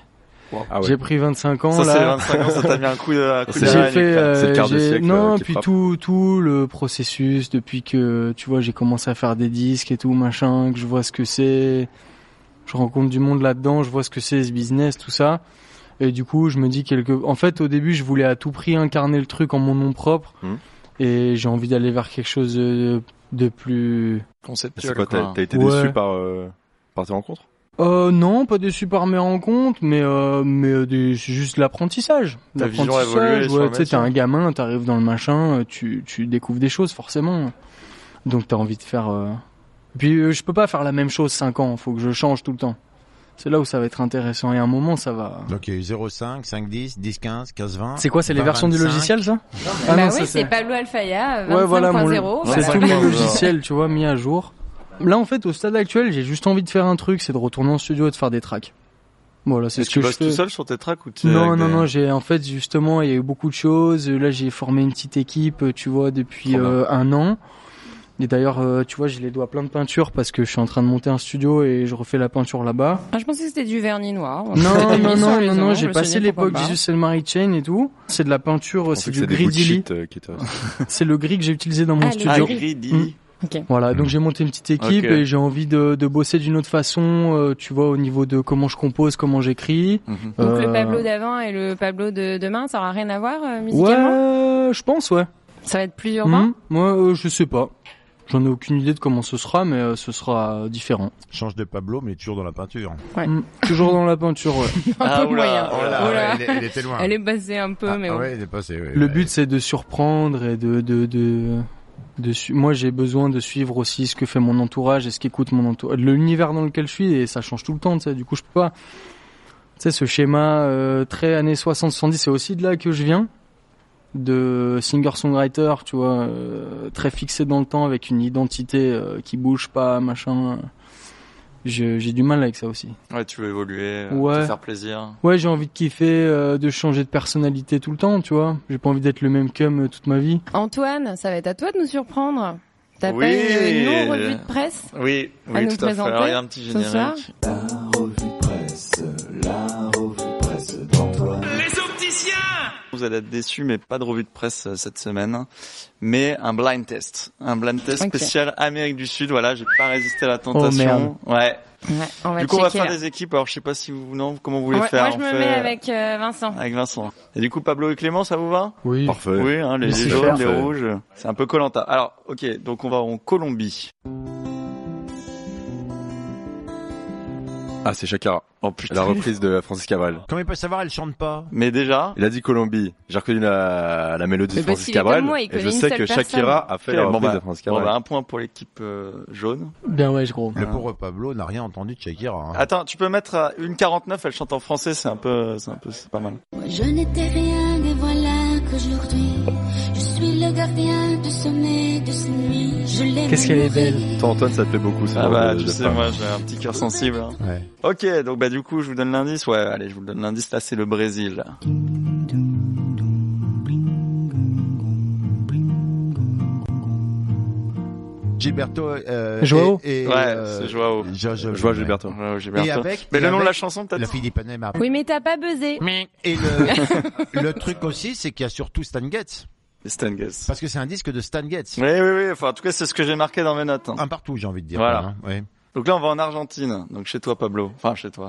Speaker 6: Ah ouais.
Speaker 7: J'ai pris 25 ans
Speaker 6: Ça,
Speaker 7: là.
Speaker 6: c'est les 25 ans, ça t'a mis un coup de
Speaker 7: J'ai fait,
Speaker 6: c'est le quart de
Speaker 7: j'ai-
Speaker 6: siècle.
Speaker 7: non,
Speaker 6: qui
Speaker 7: puis
Speaker 6: frappe.
Speaker 7: tout le processus depuis que tu vois j'ai commencé à faire des disques et tout machin, que je vois ce que c'est, je rencontre du monde là-dedans, je vois ce que c'est ce business, tout ça. Et du coup, je me dis en fait, au début, je voulais à tout prix incarner le truc en mon nom propre, et j'ai envie d'aller vers quelque chose de plus
Speaker 6: conceptuel. C'est quoi, t'as été
Speaker 7: Ouais.
Speaker 6: déçu par tes rencontres?
Speaker 7: Non, pas déçu par mes rencontres, mais c'est juste l'apprentissage.
Speaker 6: Ta vision a évolué sur le
Speaker 7: Ouais, tu sais, t'es
Speaker 6: métier.
Speaker 7: un gamin, t'arrives dans le machin, tu découvres des choses forcément. Donc t'as envie de faire. Et puis je peux pas faire la même chose 5 ans, faut que je change tout le temps. C'est là où ça va être intéressant. Et à un moment, ça va.
Speaker 5: Donc il y a eu 0,5, 5,10, 10,15, 15,20.
Speaker 7: C'est quoi, c'est les
Speaker 5: 20,
Speaker 7: versions du
Speaker 5: 25.
Speaker 7: logiciel, ça?
Speaker 4: Bah oui, c'est Pablo Alfaya 25.0.
Speaker 7: Ouais, voilà, c'est tous mes
Speaker 6: 25.0.
Speaker 7: logiciels, tu vois, mis à jour. Là, en fait, au stade actuel, j'ai juste envie de faire un truc, c'est de retourner en studio et de faire des tracks. Voilà, c'est
Speaker 6: Et
Speaker 7: ce
Speaker 6: tu
Speaker 7: que je
Speaker 6: bosses
Speaker 7: fais.
Speaker 6: tout seul sur tes tracks ou tu
Speaker 7: Non, j'ai en fait justement il y a eu beaucoup de choses. Là j'ai formé une petite équipe, tu vois, depuis
Speaker 6: Trop bien.
Speaker 7: 1 an. Et d'ailleurs, tu vois, j'ai les doigts pleins de peinture parce que je suis en train de monter un studio et je refais la peinture là-bas.
Speaker 4: Ah, je pensais que c'était du vernis noir.
Speaker 7: Non, j'ai passé
Speaker 4: l'époque
Speaker 7: l'époque Jesus and Mary Chain et tout. C'est de la peinture, c'est du
Speaker 6: des
Speaker 7: gris
Speaker 6: bouts de
Speaker 7: Dilly.
Speaker 6: shit qui te restent.
Speaker 7: C'est le gris que j'ai utilisé dans mon studio.
Speaker 6: gris Dilly.
Speaker 4: Ok.
Speaker 7: Voilà, donc j'ai monté une petite équipe
Speaker 6: Ok.
Speaker 7: et j'ai envie de bosser d'une autre façon, tu vois, au niveau de comment je compose, comment j'écris.
Speaker 4: Donc le Pablo d'avant et le Pablo de demain, ça aura rien à voir musicalement?
Speaker 7: Ouais, je pense, ouais.
Speaker 4: Ça va être plus urbain?
Speaker 7: Moi, je sais pas. J'en ai aucune idée de comment ce sera, mais ce sera différent.
Speaker 5: Change de Pablo, mais toujours dans la peinture.
Speaker 4: Ouais.
Speaker 7: Toujours dans la peinture, ouais.
Speaker 4: Un peu moyen.
Speaker 5: Oh là,
Speaker 4: Oula.
Speaker 5: ouais, elle était loin.
Speaker 4: Elle est passée un peu, mais bon.
Speaker 5: Ouais, elle est passée. Ouais,
Speaker 7: Le but, c'est de surprendre et moi, j'ai besoin de suivre aussi ce que fait mon entourage et ce qu'écoute mon entourage. L'univers dans lequel je suis, et ça change tout le temps, tu sais. Du coup, je peux pas. Tu sais, ce schéma très années 60-70, c'est aussi de là que je viens. De singer-songwriter, tu vois, très fixé dans le temps avec une identité qui bouge pas, machin. J'ai du mal avec ça aussi.
Speaker 6: Ouais, tu veux évoluer,
Speaker 7: Ouais.
Speaker 6: te faire plaisir.
Speaker 7: Ouais, j'ai envie de kiffer, de changer de personnalité tout le temps, tu vois. J'ai pas envie d'être le même cum toute ma vie.
Speaker 4: Antoine, ça va être à toi de nous surprendre. T'as
Speaker 6: Oui.
Speaker 4: pas une non-revue de presse
Speaker 6: Oui,
Speaker 4: à nous
Speaker 6: tout à fait.
Speaker 4: présenter
Speaker 6: Alors, il y a un petit
Speaker 4: ce soir?
Speaker 6: générique.
Speaker 3: La revue de presse d'Antoine.
Speaker 11: Les opticiens!
Speaker 6: Vous allez être déçus, mais pas de revue de presse cette semaine, mais un blind test. Un blind test
Speaker 4: Ok.
Speaker 6: spécial Amérique du Sud. Voilà, j'ai pas résisté à la tentation.
Speaker 7: merde.
Speaker 6: Ouais.
Speaker 4: Ouais, on va
Speaker 6: Du coup, on va
Speaker 4: checker,
Speaker 6: faire
Speaker 4: là.
Speaker 6: des équipes. Alors, je sais pas si comment vous voulez
Speaker 4: Ouais,
Speaker 6: faire.
Speaker 4: moi, je
Speaker 6: On
Speaker 4: me
Speaker 6: fait,
Speaker 4: mets avec Vincent.
Speaker 6: avec Vincent. Et du coup, Pablo et Clément, ça vous va?
Speaker 7: Oui.
Speaker 6: Parfait. Oui, hein, les
Speaker 7: C'est
Speaker 6: jaunes,
Speaker 7: faire.
Speaker 6: les rouges. C'est un peu Koh-Lanta. Alors, ok, donc on va en Colombie. Ah, c'est Shakira. Oh putain. La reprise de Francis Cabrel.
Speaker 5: Comment il peut savoir, elle chante pas?
Speaker 6: Mais déjà, il a dit Colombie. J'ai reconnu la mélodie
Speaker 4: Mais
Speaker 6: de
Speaker 4: parce
Speaker 6: Francis
Speaker 4: qu'il est
Speaker 6: Cabrel.
Speaker 4: comme moi, il
Speaker 6: Et
Speaker 4: connaît
Speaker 6: je
Speaker 4: une
Speaker 6: sais
Speaker 4: seule
Speaker 6: que Shakira a fait la reprise de Francis Cabrel. Un point pour l'équipe jaune.
Speaker 7: Bien ouais, gros.
Speaker 5: Le pauvre Pablo n'a rien entendu de Shakira. Hein.
Speaker 6: Attends, tu peux mettre à 1,49, elle chante en français, c'est pas mal.
Speaker 13: Je n'étais rien et voilà qu'aujourd'hui je suis le gardien du sommet de ces nuits. Je l'ai
Speaker 7: Qu'est-ce qu'elle est belle.
Speaker 6: Toi, Antoine, ça te plaît beaucoup, ça. Ah bah, tu sais, moi, j'ai un petit cœur sensible. Hein.
Speaker 5: Ouais.
Speaker 6: Ok, donc bah du coup, je vous donne l'indice. Ouais, allez, je vous donne l'indice. Là, c'est le Brésil.
Speaker 5: Gilberto.
Speaker 7: Joao
Speaker 5: et,
Speaker 6: Ouais, c'est Joao.
Speaker 5: Joao
Speaker 6: Gilberto.
Speaker 5: Et avec.
Speaker 6: Mais
Speaker 5: et
Speaker 6: le nom de
Speaker 5: avec
Speaker 6: la chanson, peut-être.
Speaker 5: La Philippe Anem.
Speaker 4: Oui, mais t'as pas buzzé.
Speaker 5: Et le truc aussi, c'est qu'il y a surtout Stan Getz.
Speaker 6: Stan Getz.
Speaker 5: Parce que c'est un disque de Stan Getz.
Speaker 6: Oui. Enfin, en tout cas, c'est ce que j'ai marqué dans mes notes. Hein.
Speaker 5: Un partout, j'ai envie de dire.
Speaker 6: Voilà.
Speaker 5: Hein, ouais.
Speaker 6: Donc là, on va en Argentine. Donc chez toi, Pablo. Enfin, chez toi.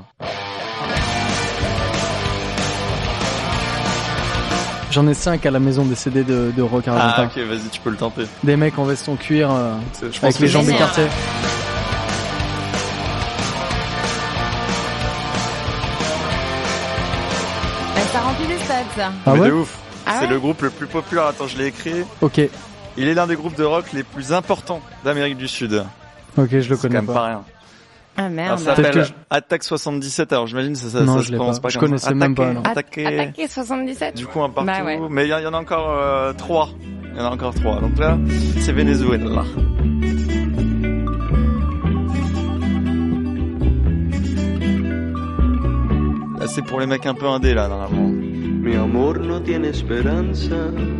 Speaker 7: J'en ai 5 à la maison des CD de rock argentin.
Speaker 6: Ah, ok, vas-y, tu peux le tenter.
Speaker 7: Des mecs en veston cuir
Speaker 6: Je pense
Speaker 7: avec
Speaker 6: que
Speaker 7: les
Speaker 6: c'est
Speaker 7: jambes
Speaker 6: ça.
Speaker 7: écartées.
Speaker 4: Ça remplit les stades, ça.
Speaker 7: Ah
Speaker 6: Mais
Speaker 7: ouais
Speaker 6: de ouf.
Speaker 4: Ah
Speaker 6: C'est
Speaker 4: ouais
Speaker 6: le groupe le plus populaire. Attends, je l'ai écrit.
Speaker 7: Ok,
Speaker 6: Il est l'un des groupes de rock les plus importants d'Amérique du Sud.
Speaker 7: ok, je le
Speaker 6: C'est quand
Speaker 7: connais
Speaker 6: même
Speaker 7: pas.
Speaker 6: pas rien.
Speaker 4: Ah
Speaker 6: Alors,
Speaker 4: merde.
Speaker 6: ça
Speaker 7: Peut-être
Speaker 6: s'appelle
Speaker 7: que je-
Speaker 6: Attaque 77. Alors j'imagine que ça
Speaker 7: Non,
Speaker 6: se
Speaker 7: je l'ai
Speaker 6: prononce
Speaker 7: pas.
Speaker 6: pas
Speaker 7: Je
Speaker 6: comme
Speaker 7: connaissais
Speaker 6: ça.
Speaker 7: même pas, non.
Speaker 6: Attaquer.
Speaker 4: Attaquer 77.
Speaker 6: Du coup, un partout.
Speaker 4: Bah ouais.
Speaker 6: Mais il y en a encore 3. Il y en a encore 3. Donc là, c'est Venezuela. Là, c'est pour les mecs un peu indés, là, normalement.
Speaker 3: Mi amor no tiene esperanza.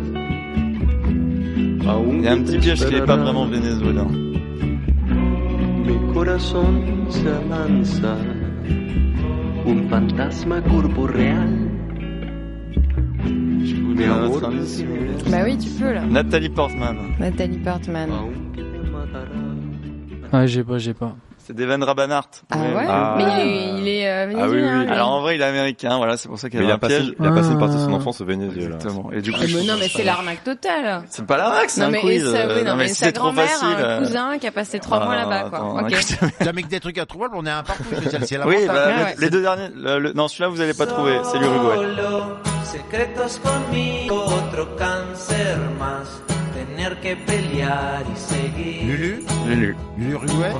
Speaker 6: Il y a un petit piège qui est pas vraiment vénézuélien.
Speaker 3: Mi corazón se amansa.
Speaker 14: un fantasma corporeal.
Speaker 6: Je vous donne un autre indice si vous voulez.
Speaker 4: Bah oui, tu peux là.
Speaker 6: Nathalie Portman.
Speaker 4: Nathalie Portman.
Speaker 7: Ah, j'ai pas.
Speaker 6: C'est Devendra Rabanart.
Speaker 4: Ah ouais, mais il est vénézuélien. Lui.
Speaker 6: Alors en vrai, il est américain, voilà, c'est pour ça qu'il y avait un piège.
Speaker 15: Il a passé une partie de son enfance au Venezuela.
Speaker 6: Exactement. Et du coup,
Speaker 4: Mais non, mais c'est l'arnaque totale.
Speaker 6: c'est pas l'arnaque, c'est un quiz.
Speaker 4: Non, mais
Speaker 6: si
Speaker 4: sa
Speaker 6: c'est trop
Speaker 4: grand-mère
Speaker 6: facile.
Speaker 4: a un cousin qui a passé 3 mois là-bas, quoi.
Speaker 6: attends,
Speaker 4: Ok.
Speaker 5: Jamais que des trucs à trouver, on est un partout. C'est la
Speaker 6: Oui,
Speaker 5: montagne.
Speaker 6: bah,
Speaker 4: ouais.
Speaker 6: les deux derniers, non, celui-là vous allez pas trouver, c'est l'Uruguay.
Speaker 3: Solo, secretos conmigo, otro cáncer más. Tener que pelear y seguir.
Speaker 6: Lulu.
Speaker 5: L'Uruguay.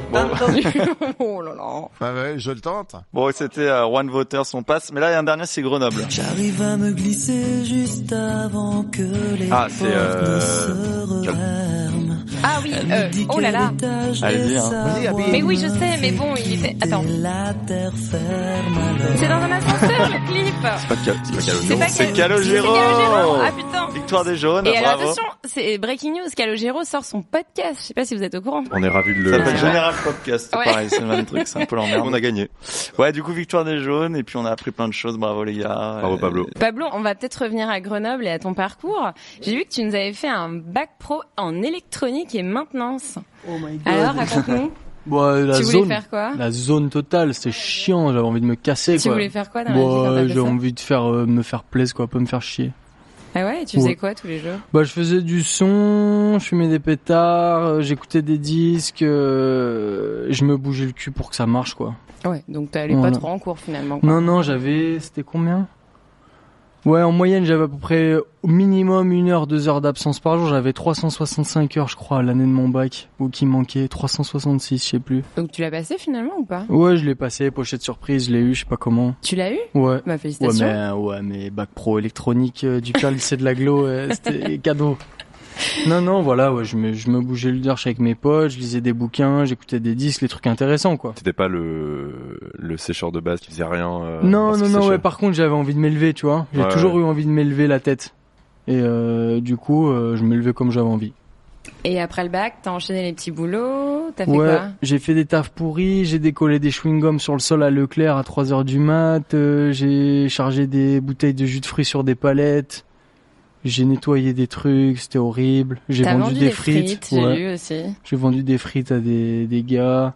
Speaker 4: Oh là là.
Speaker 5: Ah ouais, je le tente.
Speaker 6: Bon, c'était Juan Waters, on passe, mais là il y a un dernier, c'est Grenoble.
Speaker 3: J'arrive à me glisser juste avant que les
Speaker 15: Ah, c'est
Speaker 3: portes se referment.
Speaker 4: Ah oui, oh là là.
Speaker 6: Allez-y, hein.
Speaker 5: Vas-y, Abby.
Speaker 4: Mais oui, je sais, mais bon, il était... Attends.
Speaker 3: La terre ferme alors.
Speaker 4: C'est dans un ascenseur, le clip.
Speaker 6: C'est pas
Speaker 4: C'est
Speaker 6: Calogero.
Speaker 4: Ah putain.
Speaker 6: Victoire des jaunes,
Speaker 4: Et alors
Speaker 6: bravo.
Speaker 4: attention, c'est breaking news, Calogero sort son podcast. Je sais pas si vous êtes au courant.
Speaker 15: On est ravis de
Speaker 6: Ça
Speaker 15: le...
Speaker 6: s'appelle Général Podcast,
Speaker 4: Ouais.
Speaker 6: pareil, c'est le même truc, c'est un peu l'emmerde.
Speaker 15: On a gagné.
Speaker 6: Ouais, du coup, victoire des jaunes, et puis on a appris plein de choses, bravo les gars.
Speaker 15: Bravo Pablo.
Speaker 4: Pablo, on va peut-être revenir à Grenoble et à ton parcours. J'ai vu que tu nous avais fait un bac pro en électronique et maintenance.
Speaker 7: Oh my god.
Speaker 4: Alors, raconte-nous.
Speaker 7: Bon, la
Speaker 4: Tu voulais
Speaker 7: zone,
Speaker 4: faire quoi?
Speaker 7: la zone totale, c'était chiant, j'avais envie de me casser,
Speaker 4: Tu
Speaker 7: quoi.
Speaker 4: voulais faire quoi dans la vie quand t'as fait
Speaker 7: j'ai
Speaker 4: ça
Speaker 7: envie de faire, me faire plaisir, quoi, pas me faire chier.
Speaker 4: Ah ouais, tu faisais
Speaker 7: Ouais.
Speaker 4: quoi tous les jours?
Speaker 7: Bah, je faisais du son, je fumais des pétards, j'écoutais des disques, je me bougeais le cul pour que ça marche, quoi.
Speaker 4: Ouais, donc t'allais pas
Speaker 7: Voilà.
Speaker 4: trop en cours finalement, quoi.
Speaker 7: Non, c'était combien? Ouais, en moyenne, j'avais à peu près au minimum 1 heure, 2 heures d'absence par jour. J'avais 365 heures, je crois, à l'année de mon bac. Ou qui manquait 366, je sais plus.
Speaker 4: Donc tu l'as passé finalement ou pas?
Speaker 7: Ouais, je l'ai passé, pochette surprise, je l'ai eu, je sais pas comment.
Speaker 4: Tu l'as eu?
Speaker 7: Ouais.
Speaker 4: Bah félicitations.
Speaker 7: Ouais, mais bac pro électronique du pire lycée de l'Aglo, c'était cadeau. Non, voilà, ouais, je me bougeais le derche avec mes potes, je lisais des bouquins, j'écoutais des disques, les trucs intéressants, quoi.
Speaker 15: C'était pas le sécheur de base qui faisait rien.
Speaker 7: Non,
Speaker 15: parce que
Speaker 7: ouais,
Speaker 15: séchait.
Speaker 7: par contre, j'avais envie de m'élever, tu vois. J'ai
Speaker 15: Ouais,
Speaker 7: toujours
Speaker 15: ouais.
Speaker 7: eu envie de m'élever la tête. Et du coup, je m'élevais comme j'avais envie.
Speaker 4: Et après le bac, t'as enchaîné les petits boulots, t'as fait
Speaker 7: Ouais,
Speaker 4: quoi?
Speaker 7: j'ai fait des tafs pourris, j'ai décollé des chewing-gums sur le sol à Leclerc à 3h du mat, j'ai chargé des bouteilles de jus de fruits sur des palettes, j'ai nettoyé des trucs, c'était horrible. J'ai
Speaker 4: T'as
Speaker 7: vendu des frites,
Speaker 4: j'ai
Speaker 7: ouais.
Speaker 4: lu aussi.
Speaker 7: J'ai vendu des frites à des gars.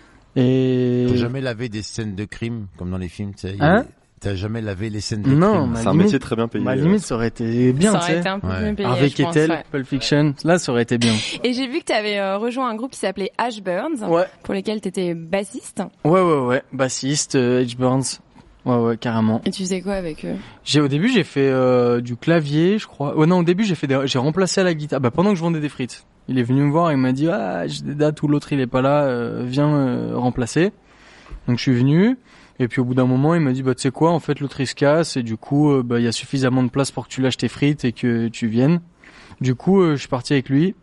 Speaker 7: Et
Speaker 5: T'as jamais lavé des scènes de crime comme dans les films, tu sais.
Speaker 7: Hein?
Speaker 5: T'as jamais lavé les scènes de
Speaker 7: non,
Speaker 5: crime.
Speaker 7: ma
Speaker 15: C'est un
Speaker 7: limite-
Speaker 15: métier très bien payé.
Speaker 7: Ma limite, ça aurait été bien,
Speaker 4: Ça
Speaker 7: tu
Speaker 4: aurait
Speaker 7: sais.
Speaker 4: été un peu
Speaker 5: Ouais.
Speaker 4: mieux payé,
Speaker 7: Avec
Speaker 4: je pense,
Speaker 7: Ethel,
Speaker 4: ouais.
Speaker 7: Pulp Fiction, là, ça aurait été bien.
Speaker 4: Et j'ai vu que t'avais rejoint un groupe qui s'appelait Ash Burns,
Speaker 7: Ouais.
Speaker 4: pour lesquels t'étais bassiste.
Speaker 7: Ouais, bassiste, Edge Burns. Ouais, carrément.
Speaker 4: Et tu faisais quoi avec eux?
Speaker 7: Au début, j'ai fait du clavier, je crois. Ouais, non, au début, j'ai remplacé à la guitare. Bah, pendant que je vendais des frites. Il est venu me voir et il m'a dit, ah, j'ai des dates où l'autre il est pas là, viens remplacer. Donc, je suis venu. Et puis, au bout d'un moment, il m'a dit, bah, tu sais quoi, en fait, l'autre il se casse et du coup, bah, il y a suffisamment de place pour que tu lâches tes frites et que tu viennes. Du coup, je suis parti avec lui.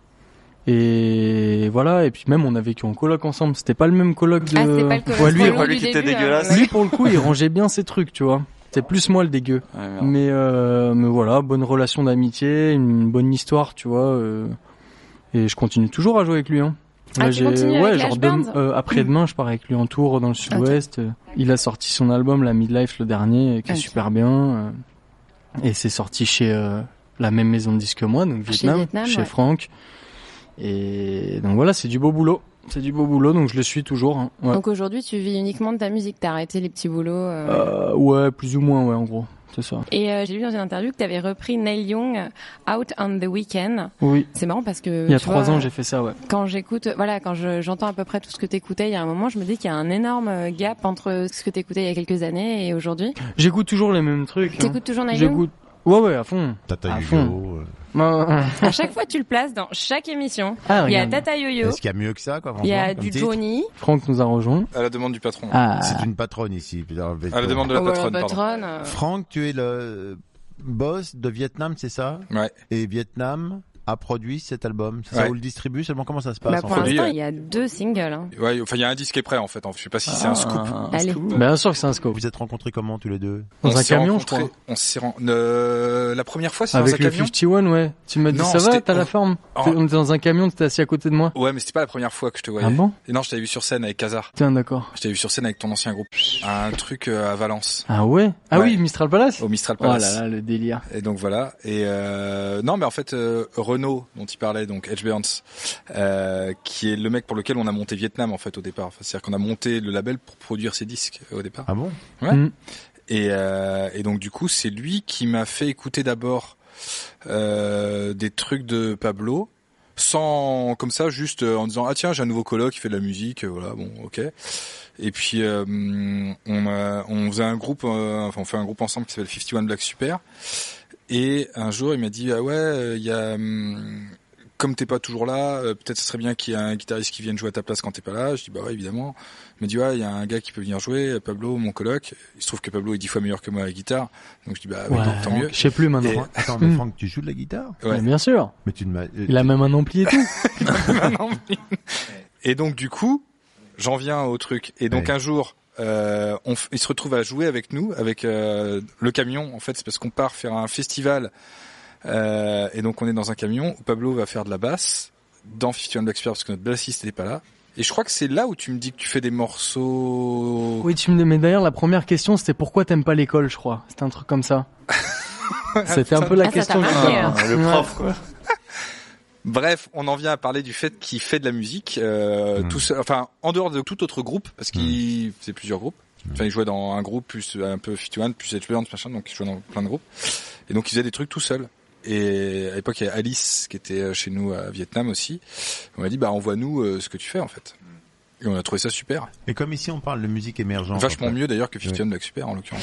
Speaker 7: Et voilà, et puis même on a vécu en coloc ensemble, c'était pas le même coloc de...
Speaker 4: Ah, c'était pas le coloc.
Speaker 7: Ouais, lui,
Speaker 4: Celui
Speaker 6: lui
Speaker 4: du
Speaker 6: qui était
Speaker 4: début,
Speaker 6: dégueulasse.
Speaker 7: lui pour le coup, il rangeait bien ses trucs, tu vois. C'est plus moi le dégueu.
Speaker 6: Ouais, merde.
Speaker 7: Mais voilà, bonne relation d'amitié, une bonne histoire, tu vois. Et je continue toujours à jouer avec lui, hein.
Speaker 4: Ah, tu continues avec
Speaker 7: genre
Speaker 4: Ash Burns
Speaker 7: après-demain, je pars avec lui en tour dans le sud-ouest. Il a sorti son album, la Midlife, le dernier, qui est
Speaker 4: Ok.
Speaker 7: super bien. Et c'est sorti chez la même maison de disques que moi, donc
Speaker 4: Chez Vietnam,
Speaker 7: chez
Speaker 4: ouais.
Speaker 7: Franck. Et donc voilà, c'est du beau boulot. C'est du beau boulot, donc je le suis toujours. Hein. Ouais.
Speaker 4: Donc aujourd'hui, tu vis uniquement de ta musique, t'as arrêté les petits boulots.
Speaker 7: Ouais, plus ou moins, ouais, en gros. C'est ça.
Speaker 4: Et j'ai lu dans une interview que t'avais repris Neil Young, Out on the Weekend.
Speaker 7: Oui.
Speaker 4: C'est marrant parce que
Speaker 7: Il y a
Speaker 4: tu
Speaker 7: 3
Speaker 4: vois,
Speaker 7: ans, j'ai fait ça, ouais.
Speaker 4: quand j'écoute, voilà, quand j'entends à peu près tout ce que t'écoutais il y a un moment, je me dis qu'il y a un énorme gap entre ce que t'écoutais il y a quelques années et aujourd'hui.
Speaker 7: J'écoute toujours les mêmes trucs.
Speaker 4: T'écoutes toujours Neil Young?
Speaker 7: J'écoute. Ouais, à fond.
Speaker 5: Tata
Speaker 7: À
Speaker 5: Yo-Yo.
Speaker 7: fond. Ouais.
Speaker 4: À chaque fois, tu le places dans chaque émission.
Speaker 7: Ah,
Speaker 4: il y a
Speaker 7: regarde.
Speaker 4: Tata Yo-Yo,
Speaker 5: Est-ce qu'il y a mieux que ça, quoi,
Speaker 4: il y a
Speaker 5: franchement,
Speaker 4: du
Speaker 5: comme titre
Speaker 4: Johnny.
Speaker 7: Franck nous a rejoint.
Speaker 16: À la demande du patron.
Speaker 7: Ah.
Speaker 5: C'est une patronne ici.
Speaker 16: À la demande de la patronne, pardon.
Speaker 4: patronne.
Speaker 5: Franck, tu es le boss de Vietnam, c'est ça?
Speaker 16: Ouais.
Speaker 5: Et Vietnam, a produit cet album. Ça
Speaker 16: Ouais.
Speaker 5: vous le distribue seulement? Comment ça se passe?
Speaker 4: Bah,
Speaker 5: en
Speaker 4: pour
Speaker 5: fait
Speaker 4: l'instant,
Speaker 16: ouais.
Speaker 4: il y a 2 singles. Hein.
Speaker 16: Ouais, enfin, il y a un disque qui est prêt, en fait. Je sais pas si c'est un scoop.
Speaker 4: Allez.
Speaker 7: Bien sûr que c'est un scoop.
Speaker 5: Vous êtes rencontrés comment tous les deux?
Speaker 7: Dans un
Speaker 16: s'est
Speaker 7: camion, je
Speaker 16: rencontrés-
Speaker 7: crois.
Speaker 16: On s'est la première fois, c'est
Speaker 7: Avec
Speaker 16: dans un
Speaker 7: le
Speaker 16: camion.
Speaker 7: 51, ouais. Tu m'as dit,
Speaker 16: Non,
Speaker 7: ça va,
Speaker 16: c'était-
Speaker 7: t'as la forme?
Speaker 16: Oh.
Speaker 7: On était dans un camion, t'étais assis à côté de moi.
Speaker 16: Ouais, mais c'était pas la première fois que je te voyais.
Speaker 7: Ah bon?
Speaker 16: Et non, je t'avais vu sur scène avec Kazar.
Speaker 7: Tiens, d'accord.
Speaker 16: Je t'avais vu sur scène avec ton ancien groupe. Un truc à Valence.
Speaker 7: Ah ouais? Ah
Speaker 16: Ouais.
Speaker 7: oui, Mistral Palace?
Speaker 16: Au Mistral
Speaker 7: Oh
Speaker 16: Palace.
Speaker 7: là là, le délire.
Speaker 16: Et donc voilà. Et non, mais en fait, Renaud, dont il parlait, donc Edge Burns, qui est le mec pour lequel on a monté Vietnam en fait au départ. Enfin, c'est-à-dire qu'on a monté le label pour produire ses disques au départ.
Speaker 5: Ah bon?
Speaker 16: Ouais.
Speaker 7: Mm.
Speaker 16: Et donc du coup, c'est lui qui m'a fait écouter d'abord des trucs de Pablo, sans comme ça, juste en disant ah tiens j'ai un nouveau coloc qui fait de la musique, voilà bon ok. Et puis on faisait un groupe, enfin on fait un groupe ensemble qui s'appelle 51 Black Super. Et un jour il m'a dit ah ouais il y a comme t'es pas toujours là, peut-être ce serait bien qu'il y ait un guitariste qui vienne jouer à ta place quand t'es pas là. Je dis bah ouais évidemment. Il m'a dit ouais il y a un gars qui peut venir jouer, Pablo mon coloc. Il se trouve que Pablo est 10 fois meilleur que moi à la guitare, donc je dis bah oui,
Speaker 7: Ouais,
Speaker 16: donc, tant mieux.
Speaker 7: je sais plus maintenant.
Speaker 16: Et-
Speaker 7: hein.
Speaker 5: Attends, mais Franck, tu joues de la guitare?
Speaker 16: Ouais.
Speaker 7: Mais bien sûr.
Speaker 5: Mais tu ne m'as...
Speaker 7: Il a même un ampli et tout.
Speaker 16: Et donc du coup, j'en viens au truc. Et donc
Speaker 5: Ouais.
Speaker 16: un jour, il se retrouve à jouer avec nous, avec le camion. En fait, c'est parce qu'on part faire un festival. Et donc on est dans un camion où Pablo va faire de la basse dans 51 Black Super parce que notre bassiste n'était pas là. Et je crois que c'est là où tu me dis que tu fais des morceaux.
Speaker 7: Oui, mais d'ailleurs, la première question, c'était pourquoi t'aimes pas l'école, je crois. C'était un truc comme ça. C'était un peu la
Speaker 4: Ah, ça
Speaker 7: question.
Speaker 4: t'a marqué, hein.
Speaker 15: Le prof, quoi.
Speaker 16: Bref, on en vient à parler du fait qu'il fait de la musique, tout seul, enfin en dehors de tout autre groupe, parce qu'il faisait plusieurs groupes. Enfin, il jouait dans un groupe plus un peu 51, plus Edge Burns, machin, donc il jouait dans plein de groupes. Et donc il faisait des trucs tout seul. Et à l'époque, il y a Alice qui était chez nous à Vietnam aussi. On m'a dit bah envoie-nous ce que tu fais en fait. Et on a trouvé ça super.
Speaker 5: Et comme ici on parle de musique émergente.
Speaker 16: Vachement
Speaker 5: en fait.
Speaker 16: mieux d'ailleurs que 51 Black Super en l'occurrence.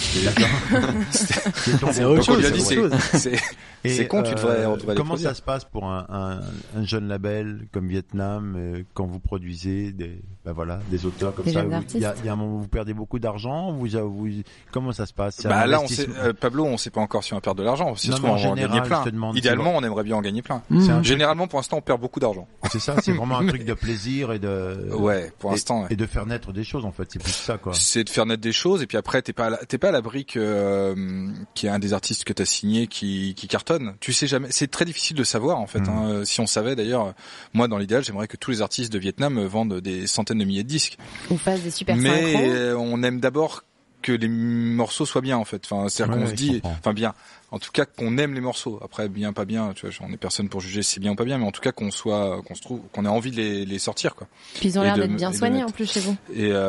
Speaker 5: C'est
Speaker 7: autre
Speaker 16: Donc on
Speaker 7: chose,
Speaker 16: lui a dit
Speaker 7: c'est autre
Speaker 16: c'est con, on devrait les
Speaker 5: comment
Speaker 16: produire.
Speaker 5: ça se passe pour un jeune label comme Vietnam quand vous produisez des auteurs comme
Speaker 4: Des
Speaker 5: ça?
Speaker 4: jeunes
Speaker 5: Il y a
Speaker 4: artistes.
Speaker 5: un moment où vous perdez beaucoup d'argent? Comment ça se passe? C'est un
Speaker 16: Bah là,
Speaker 5: investissement.
Speaker 16: Pablo, on sait pas encore si on va perdre de l'argent. Si
Speaker 5: Non,
Speaker 16: ça se
Speaker 5: mais
Speaker 16: trouve,
Speaker 5: en
Speaker 16: on va en
Speaker 5: général,
Speaker 16: gagner plein.
Speaker 5: je te demande,
Speaker 16: Idéalement, on aimerait bien en gagner plein.
Speaker 5: C'est un truc-
Speaker 16: Généralement, pour l'instant, on perd beaucoup d'argent.
Speaker 5: C'est ça, c'est vraiment un truc de plaisir et de.
Speaker 16: Ouais, pour l'instant, ouais.
Speaker 5: Et de faire naître des choses en fait, c'est plus ça quoi.
Speaker 16: C'est de faire naître des choses et puis après t'es pas à l'abri que qui est un des artistes que t'as signé qui cartonne. Tu sais jamais. C'est très difficile de savoir en fait. Hein. Si on savait d'ailleurs, moi dans l'idéal, j'aimerais que tous les artistes de Vietnam vendent des centaines de milliers de disques.
Speaker 4: On passe des super
Speaker 16: Mais
Speaker 4: synchros.
Speaker 16: on aime d'abord que les morceaux soient bien en fait. Enfin, c'est-à-dire qu'on se
Speaker 5: je
Speaker 16: dit,
Speaker 5: comprends.
Speaker 16: enfin bien. En tout cas, qu'on aime les morceaux. Après, bien, pas bien, tu vois, on est personne pour juger si c'est bien ou pas bien, mais en tout cas qu'on ait envie de les sortir, quoi.
Speaker 4: Puis ils ont
Speaker 16: Et
Speaker 4: l'air
Speaker 16: de-
Speaker 4: d'être bien
Speaker 16: et de
Speaker 4: soignés
Speaker 16: mettre.
Speaker 4: en plus chez vous.
Speaker 16: Et ouais,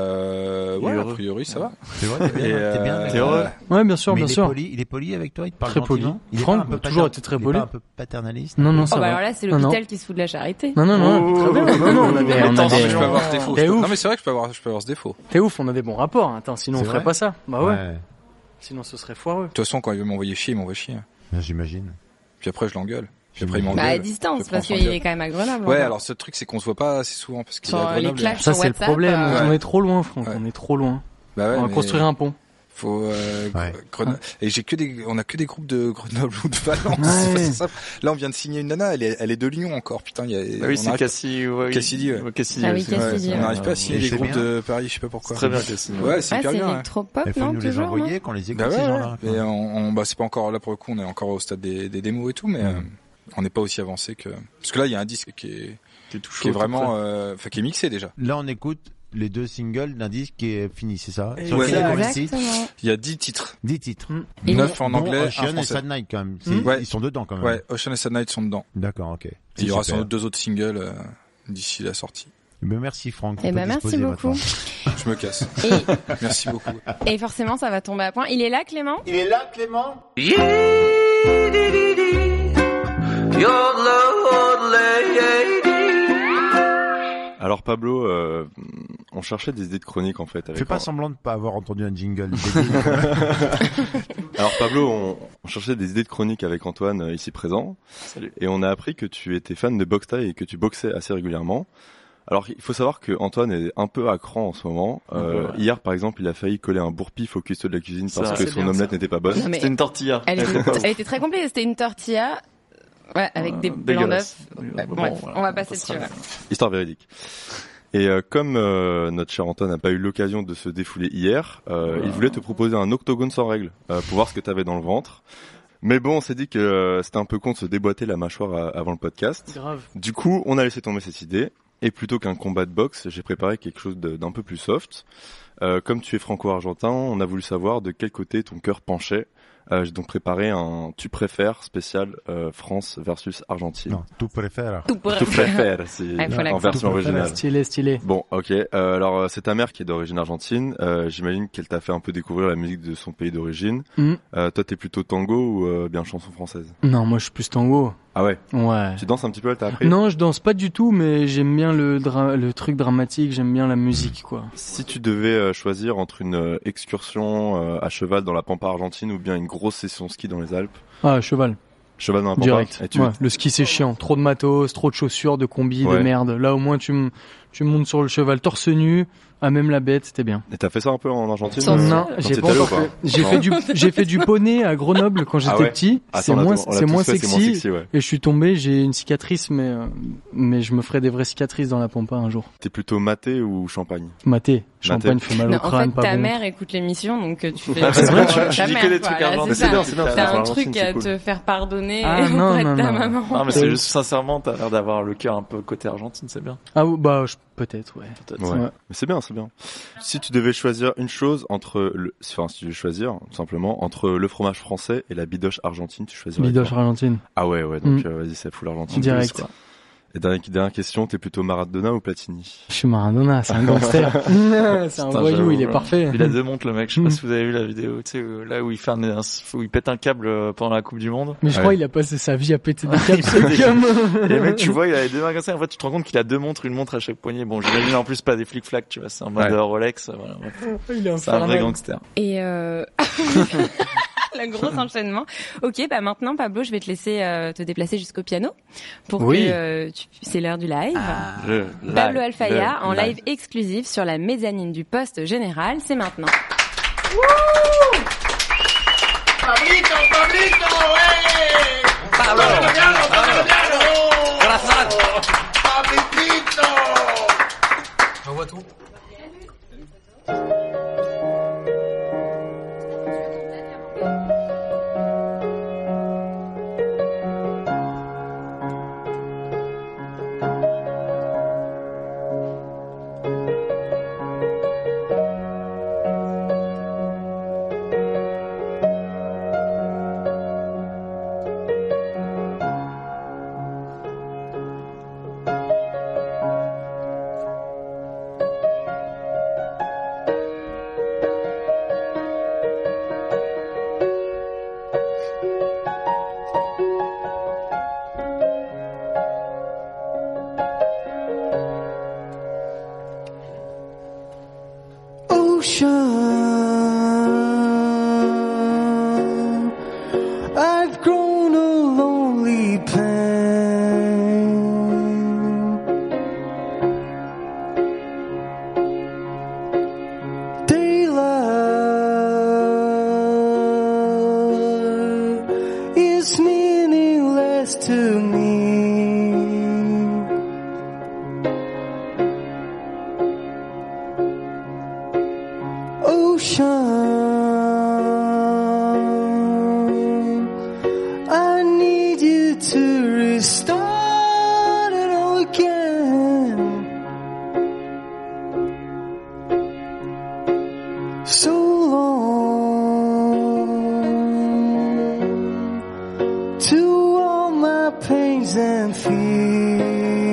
Speaker 16: a
Speaker 15: heureux.
Speaker 16: priori, ça va.
Speaker 5: C'est vrai, t'es bien.
Speaker 15: T'es heureux?
Speaker 7: Ouais, bien sûr,
Speaker 5: Mais
Speaker 7: bien
Speaker 5: il est
Speaker 7: sûr.
Speaker 5: poli, il est poli avec toi, il te parle
Speaker 7: Très poli.
Speaker 5: gentiment. Il est
Speaker 7: Franck,
Speaker 5: pas un peu
Speaker 7: toujours été très
Speaker 5: il est
Speaker 7: poli.
Speaker 5: pas un peu paternaliste.
Speaker 7: Non, non,
Speaker 4: Oh
Speaker 7: ça
Speaker 4: bah
Speaker 7: va.
Speaker 4: alors là, c'est
Speaker 7: Non, non.
Speaker 4: l'hôpital qui se fout de la charité.
Speaker 7: Non, non, non, très bien. Non, non, on a des, on a
Speaker 16: Non, mais
Speaker 7: des-
Speaker 16: je peux avoir ce défaut.
Speaker 7: T'es ouf.
Speaker 16: Non, mais c'est vrai que je peux avoir ce défaut.
Speaker 7: T'es ouf, on a des bons rapports. Attends, sinon on
Speaker 5: C'est
Speaker 7: ferait
Speaker 5: vrai
Speaker 7: pas ça. Bah ouais.
Speaker 5: Ouais.
Speaker 7: Sinon ce serait foireux.
Speaker 16: De toute façon, quand il veut m'envoyer chier, il m'envoie chier.
Speaker 5: J'imagine.
Speaker 16: Puis après, je l'engueule. Puis après, il
Speaker 4: Bah
Speaker 16: m'engueule.
Speaker 4: à distance,
Speaker 16: Je
Speaker 4: parce
Speaker 16: prends
Speaker 4: qu'il
Speaker 16: son
Speaker 4: est quand même à Grenoble.
Speaker 16: Ouais,
Speaker 4: encore.
Speaker 16: alors ce truc, c'est qu'on se voit pas assez souvent parce qu'il est
Speaker 4: Sur
Speaker 16: à
Speaker 4: les
Speaker 16: Grenoble.
Speaker 4: clashs
Speaker 7: Ça
Speaker 4: sur
Speaker 7: c'est le
Speaker 4: WhatsApp,
Speaker 7: problème.
Speaker 16: ouais.
Speaker 7: On est trop loin, Franck.
Speaker 16: Ouais.
Speaker 7: On est trop loin.
Speaker 16: Bah ouais,
Speaker 7: On va
Speaker 16: mais
Speaker 7: construire un pont.
Speaker 16: faut
Speaker 5: Ouais.
Speaker 16: Et on a que des groupes de Grenoble ou de Valence.
Speaker 7: Ouais.
Speaker 16: C'est pas si simple. Là, on vient de signer une nana, elle est de Lyon encore. Putain,
Speaker 15: Ah oui, c'est Cassidy, ouais.
Speaker 16: Cassidy, ouais.
Speaker 15: Cassidy,
Speaker 4: Ah oui,
Speaker 15: aussi.
Speaker 4: Cassidy,
Speaker 16: on
Speaker 4: ouais.
Speaker 16: n'arrive pas à signer
Speaker 5: Et
Speaker 16: les
Speaker 5: c'est
Speaker 16: groupes
Speaker 5: bien.
Speaker 16: de Paris, je sais pas pourquoi.
Speaker 15: Très bien, Cassidy.
Speaker 16: Ouais, c'est
Speaker 4: Ah,
Speaker 16: hyper
Speaker 4: c'est
Speaker 16: bien. Ouais.
Speaker 4: électropop,
Speaker 5: Il faut
Speaker 4: non,
Speaker 5: nous les
Speaker 4: toujours,
Speaker 5: envoyer
Speaker 4: non
Speaker 5: quand les écoute
Speaker 16: Bah
Speaker 5: ces
Speaker 16: ouais,
Speaker 5: gens-là.
Speaker 16: ouais. Et bah c'est pas encore là pour le coup, on est encore au stade des démos et tout, mais on n'est pas aussi avancé que parce que là il y a un disque qui est
Speaker 15: tout
Speaker 16: qui est vraiment enfin qui est mixé déjà.
Speaker 5: Là, on écoute les 2 singles d'un disque qui est fini, c'est ça?
Speaker 7: Et
Speaker 5: Sur
Speaker 16: ouais.
Speaker 5: lequel il y a combien de titres?
Speaker 4: Exactement.
Speaker 16: Il y a 10 titres,
Speaker 5: 10 titres.
Speaker 4: Et
Speaker 16: 9 en
Speaker 5: Dont
Speaker 16: anglais, un
Speaker 5: Ocean et
Speaker 16: français.
Speaker 5: Sad Night quand même.
Speaker 16: Ouais.
Speaker 5: Ils sont dedans quand même.
Speaker 16: Ouais, Ocean et Sad Night sont dedans.
Speaker 5: D'accord, ok.
Speaker 16: Et il y aura sans
Speaker 5: super.
Speaker 16: doute 2 autres singles d'ici la sortie.
Speaker 5: Eh ben, merci Franck.
Speaker 4: Eh
Speaker 5: On peut
Speaker 4: ben merci
Speaker 5: disposer
Speaker 4: beaucoup.
Speaker 5: maintenant.
Speaker 16: Je me casse.
Speaker 4: Et,
Speaker 16: Merci beaucoup.
Speaker 4: et forcément, ça va tomber à point. Il est là, Clément?
Speaker 5: Il est là, Clément?
Speaker 15: Alors Pablo, on cherchait des idées de chronique en fait. Avec
Speaker 5: Fais pas semblant de pas avoir entendu un jingle.
Speaker 15: Alors Pablo, on cherchait des idées de chronique avec Antoine ici présent.
Speaker 16: Salut.
Speaker 15: Et on a appris que tu étais fan de boxe thaï et que tu boxais assez régulièrement. Alors il faut savoir que Antoine est un peu à cran en ce moment. Hier par exemple, il a failli coller un bourre-pif au cuistot de la cuisine parce que
Speaker 7: c'est
Speaker 15: son
Speaker 7: bien,
Speaker 15: omelette
Speaker 7: ça.
Speaker 15: n'était pas bonne.
Speaker 4: Non, mais
Speaker 15: C'était une tortilla.
Speaker 4: elle était très compliquée. C'était une tortilla Ouais, avec des blancs
Speaker 6: dégueulasse.
Speaker 4: d'œufs.
Speaker 6: Bon,
Speaker 4: Bref,
Speaker 6: voilà,
Speaker 4: on va passer dessus.
Speaker 6: passera.
Speaker 15: Histoire véridique. Et comme notre cher Antoine n'a pas eu l'occasion de se défouler hier, il voulait te proposer un octogone sans règles pour voir ce que t'avais dans le ventre. Mais bon, on s'est dit que c'était un peu con de se déboîter la mâchoire avant le podcast.
Speaker 7: Grave.
Speaker 15: Du coup, on a laissé tomber cette idée. Et plutôt qu'un combat de boxe, j'ai préparé quelque chose d'un peu plus soft. Comme tu es franco-argentin, on a voulu savoir de quel côté ton cœur penchait. J'ai donc préparé un tu préfères spécial France versus Argentine.
Speaker 5: Non, tu préfères.
Speaker 4: Tout pour
Speaker 15: Tu préfères, c'est
Speaker 4: faut
Speaker 15: en
Speaker 4: l'accent.
Speaker 15: version originale.
Speaker 7: Stylé.
Speaker 15: Bon, ok. Alors, c'est ta mère qui est d'origine argentine. J'imagine qu'elle t'a fait un peu découvrir la musique de son pays d'origine. Toi, t'es plutôt tango ou bien chanson française?
Speaker 7: Non, moi je suis plus tango.
Speaker 15: Ah ouais.
Speaker 7: Ouais.
Speaker 15: Tu danses un petit peu, elle t'a appris?
Speaker 7: Non, je danse pas du tout, mais j'aime bien le truc dramatique, j'aime bien la musique, quoi.
Speaker 15: Si tu devais choisir entre une excursion à cheval dans la pampa argentine ou bien une grosse session ski dans les Alpes.
Speaker 7: Ah, cheval.
Speaker 15: Cheval dans la pampa.
Speaker 7: Direct.
Speaker 15: Et tu...
Speaker 7: Ouais, le ski c'est chiant. Trop de matos, trop de chaussures, de combis, de merde. Là au moins tu montes sur le cheval torse nu, à même la bête, c'était bien.
Speaker 15: Et t'as fait ça un peu en Argentine?
Speaker 7: Non, j'ai pas encore fait. J'ai fait du poney à Grenoble quand j'étais petit. C'est moins sexy. Et je suis tombé, j'ai une cicatrice, mais je me ferai des vraies cicatrices dans la pampa un jour.
Speaker 15: T'es plutôt maté ou champagne?
Speaker 7: Maté. Champagne fait mal au crâne,
Speaker 4: pas bon. En fait, ta mère écoute l'émission, donc tu fais...
Speaker 15: C'est vrai,
Speaker 4: tu dis que des trucs argentins. C'est bien. T'as un truc à te faire pardonner auprès de ta maman.
Speaker 6: Non, mais c'est juste, sincèrement, t'as l'air d'avoir le cœur un peu côté Argentine, c'est bien.
Speaker 7: Ah, bah, peut-être, ouais.
Speaker 15: Ouais. Mais c'est bien, c'est bien. Si tu devais choisir une chose si tu devais choisir, tout simplement, entre le fromage français et la bidoche argentine, tu choisirais
Speaker 7: Bidoche
Speaker 15: quoi?
Speaker 7: Argentine.
Speaker 15: Ah ouais, donc vas-y, c'est full argentine.
Speaker 7: Direct.
Speaker 15: Plus, quoi. Et dernière question, t'es plutôt Maradona ou Platini?
Speaker 7: Je suis Maradona, c'est un gangster. C'est un voyou, il est parfait.
Speaker 6: Il a deux montres, le mec. Je sais pas si vous avez vu la vidéo, tu sais, là où il fait où il pète un câble pendant la Coupe du Monde.
Speaker 7: Mais je crois qu'il a passé sa vie à péter des câbles, ce gamin.
Speaker 6: Et le mec, tu vois, il a les deux mains comme ça. En fait, tu te rends compte qu'il a deux montres, une montre à chaque poignet. Bon, j'imagine en plus pas des flic-flac, tu vois, c'est un mode Rolex, voilà. C'est un vrai gangster.
Speaker 4: Et le gros enchaînement. Ok, bah maintenant Pablo, je vais te laisser te déplacer jusqu'au piano pour que c'est l'heure du live. Pablo Alfaya en live exclusif sur la mezzanine du poste général, c'est maintenant.
Speaker 3: Pablito, ouais.
Speaker 6: Pablo.
Speaker 3: Pablito.
Speaker 16: J'envoie tout.
Speaker 3: Ocean, I've grown a lonely pain. Daylight is meaningless to me. Ocean, I need you to restart it all again. So long to all my pains and fears.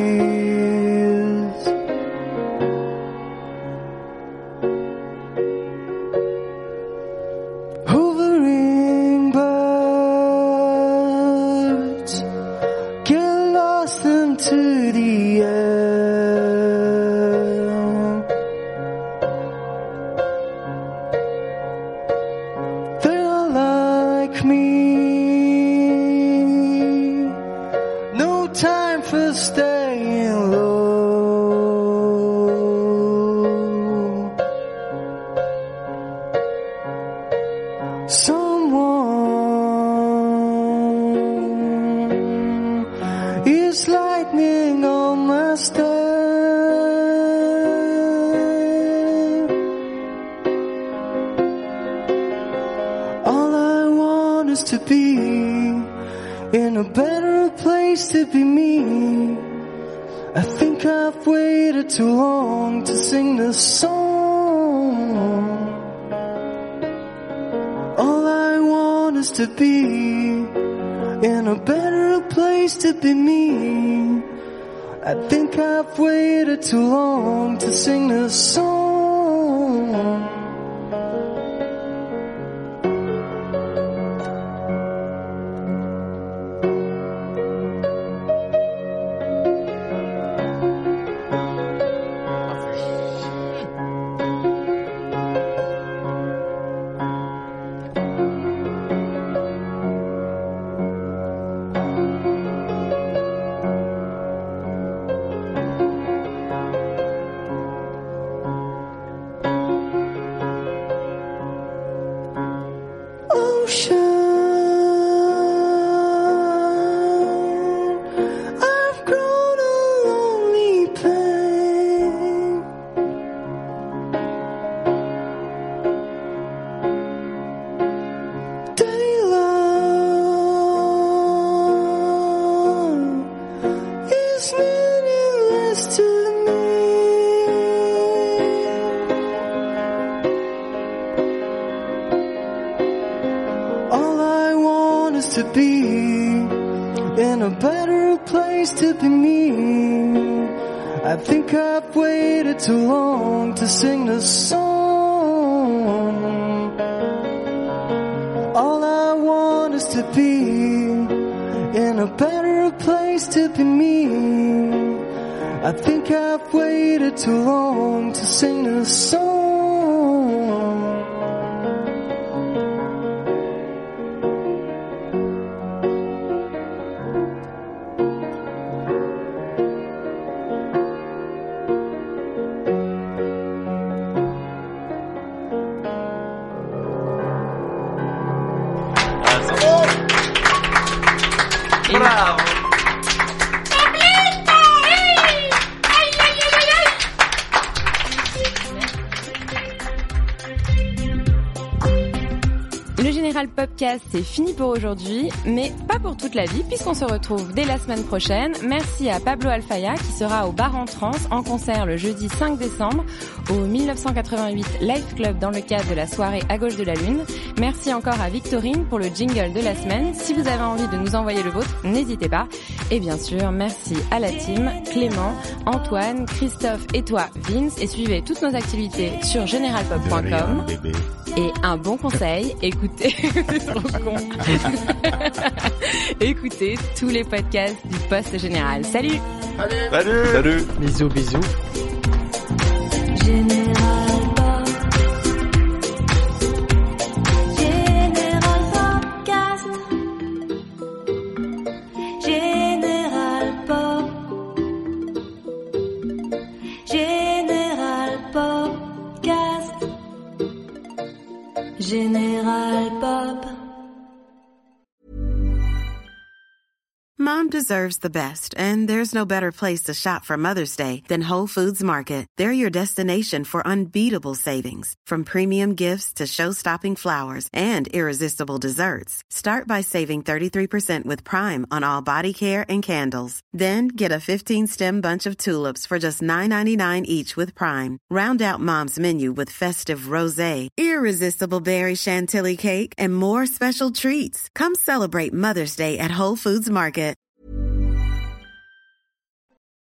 Speaker 3: Hovering birds get lost into the air. They're like me, no time for staying low. Someone stand. All I want is to be in a better place to be me. I think I've waited too long to sing this song. All I want is to be in a better place to be me. I think I've waited too long to sing this song. To be in a better place to be me. I think I've waited too long to sing this song. All I want is to be in a better place to be me. I think I've waited too long to sing this song.
Speaker 4: Podcast, c'est fini pour aujourd'hui, mais pas pour toute la vie, puisqu'on se retrouve dès la semaine prochaine. Merci à Pablo Alfaya, qui sera au Bar en Trans en concert le jeudi 5 décembre au 1988 Life Club dans le cadre de la soirée À Gauche de la Lune. Merci encore à Victorine pour le jingle de la semaine. Si vous avez envie de nous envoyer le vôtre, n'hésitez pas. Et bien sûr, merci à la team, Clément, Antoine, Christophe et toi, Vince. Et suivez toutes nos activités sur generalpop.com. Et un bon conseil, écoutez, c'est trop con. Écoutez tous les podcasts du Poste Général. Salut!
Speaker 6: Salut! Salut!
Speaker 7: Bisous, bisous.
Speaker 17: Général Pop. Mom deserves the best, and there's no better place to shop for Mother's Day than Whole Foods Market. They're your destination for unbeatable savings, from premium gifts to show-stopping flowers and irresistible desserts. Start by saving 33% with Prime on all body care and candles. Then get a 15-stem bunch of tulips for just $9.99 each with Prime. Round out Mom's menu with festive rosé, irresistible berry chantilly cake, and more special treats. Come celebrate Mother's Day at Whole Foods Market.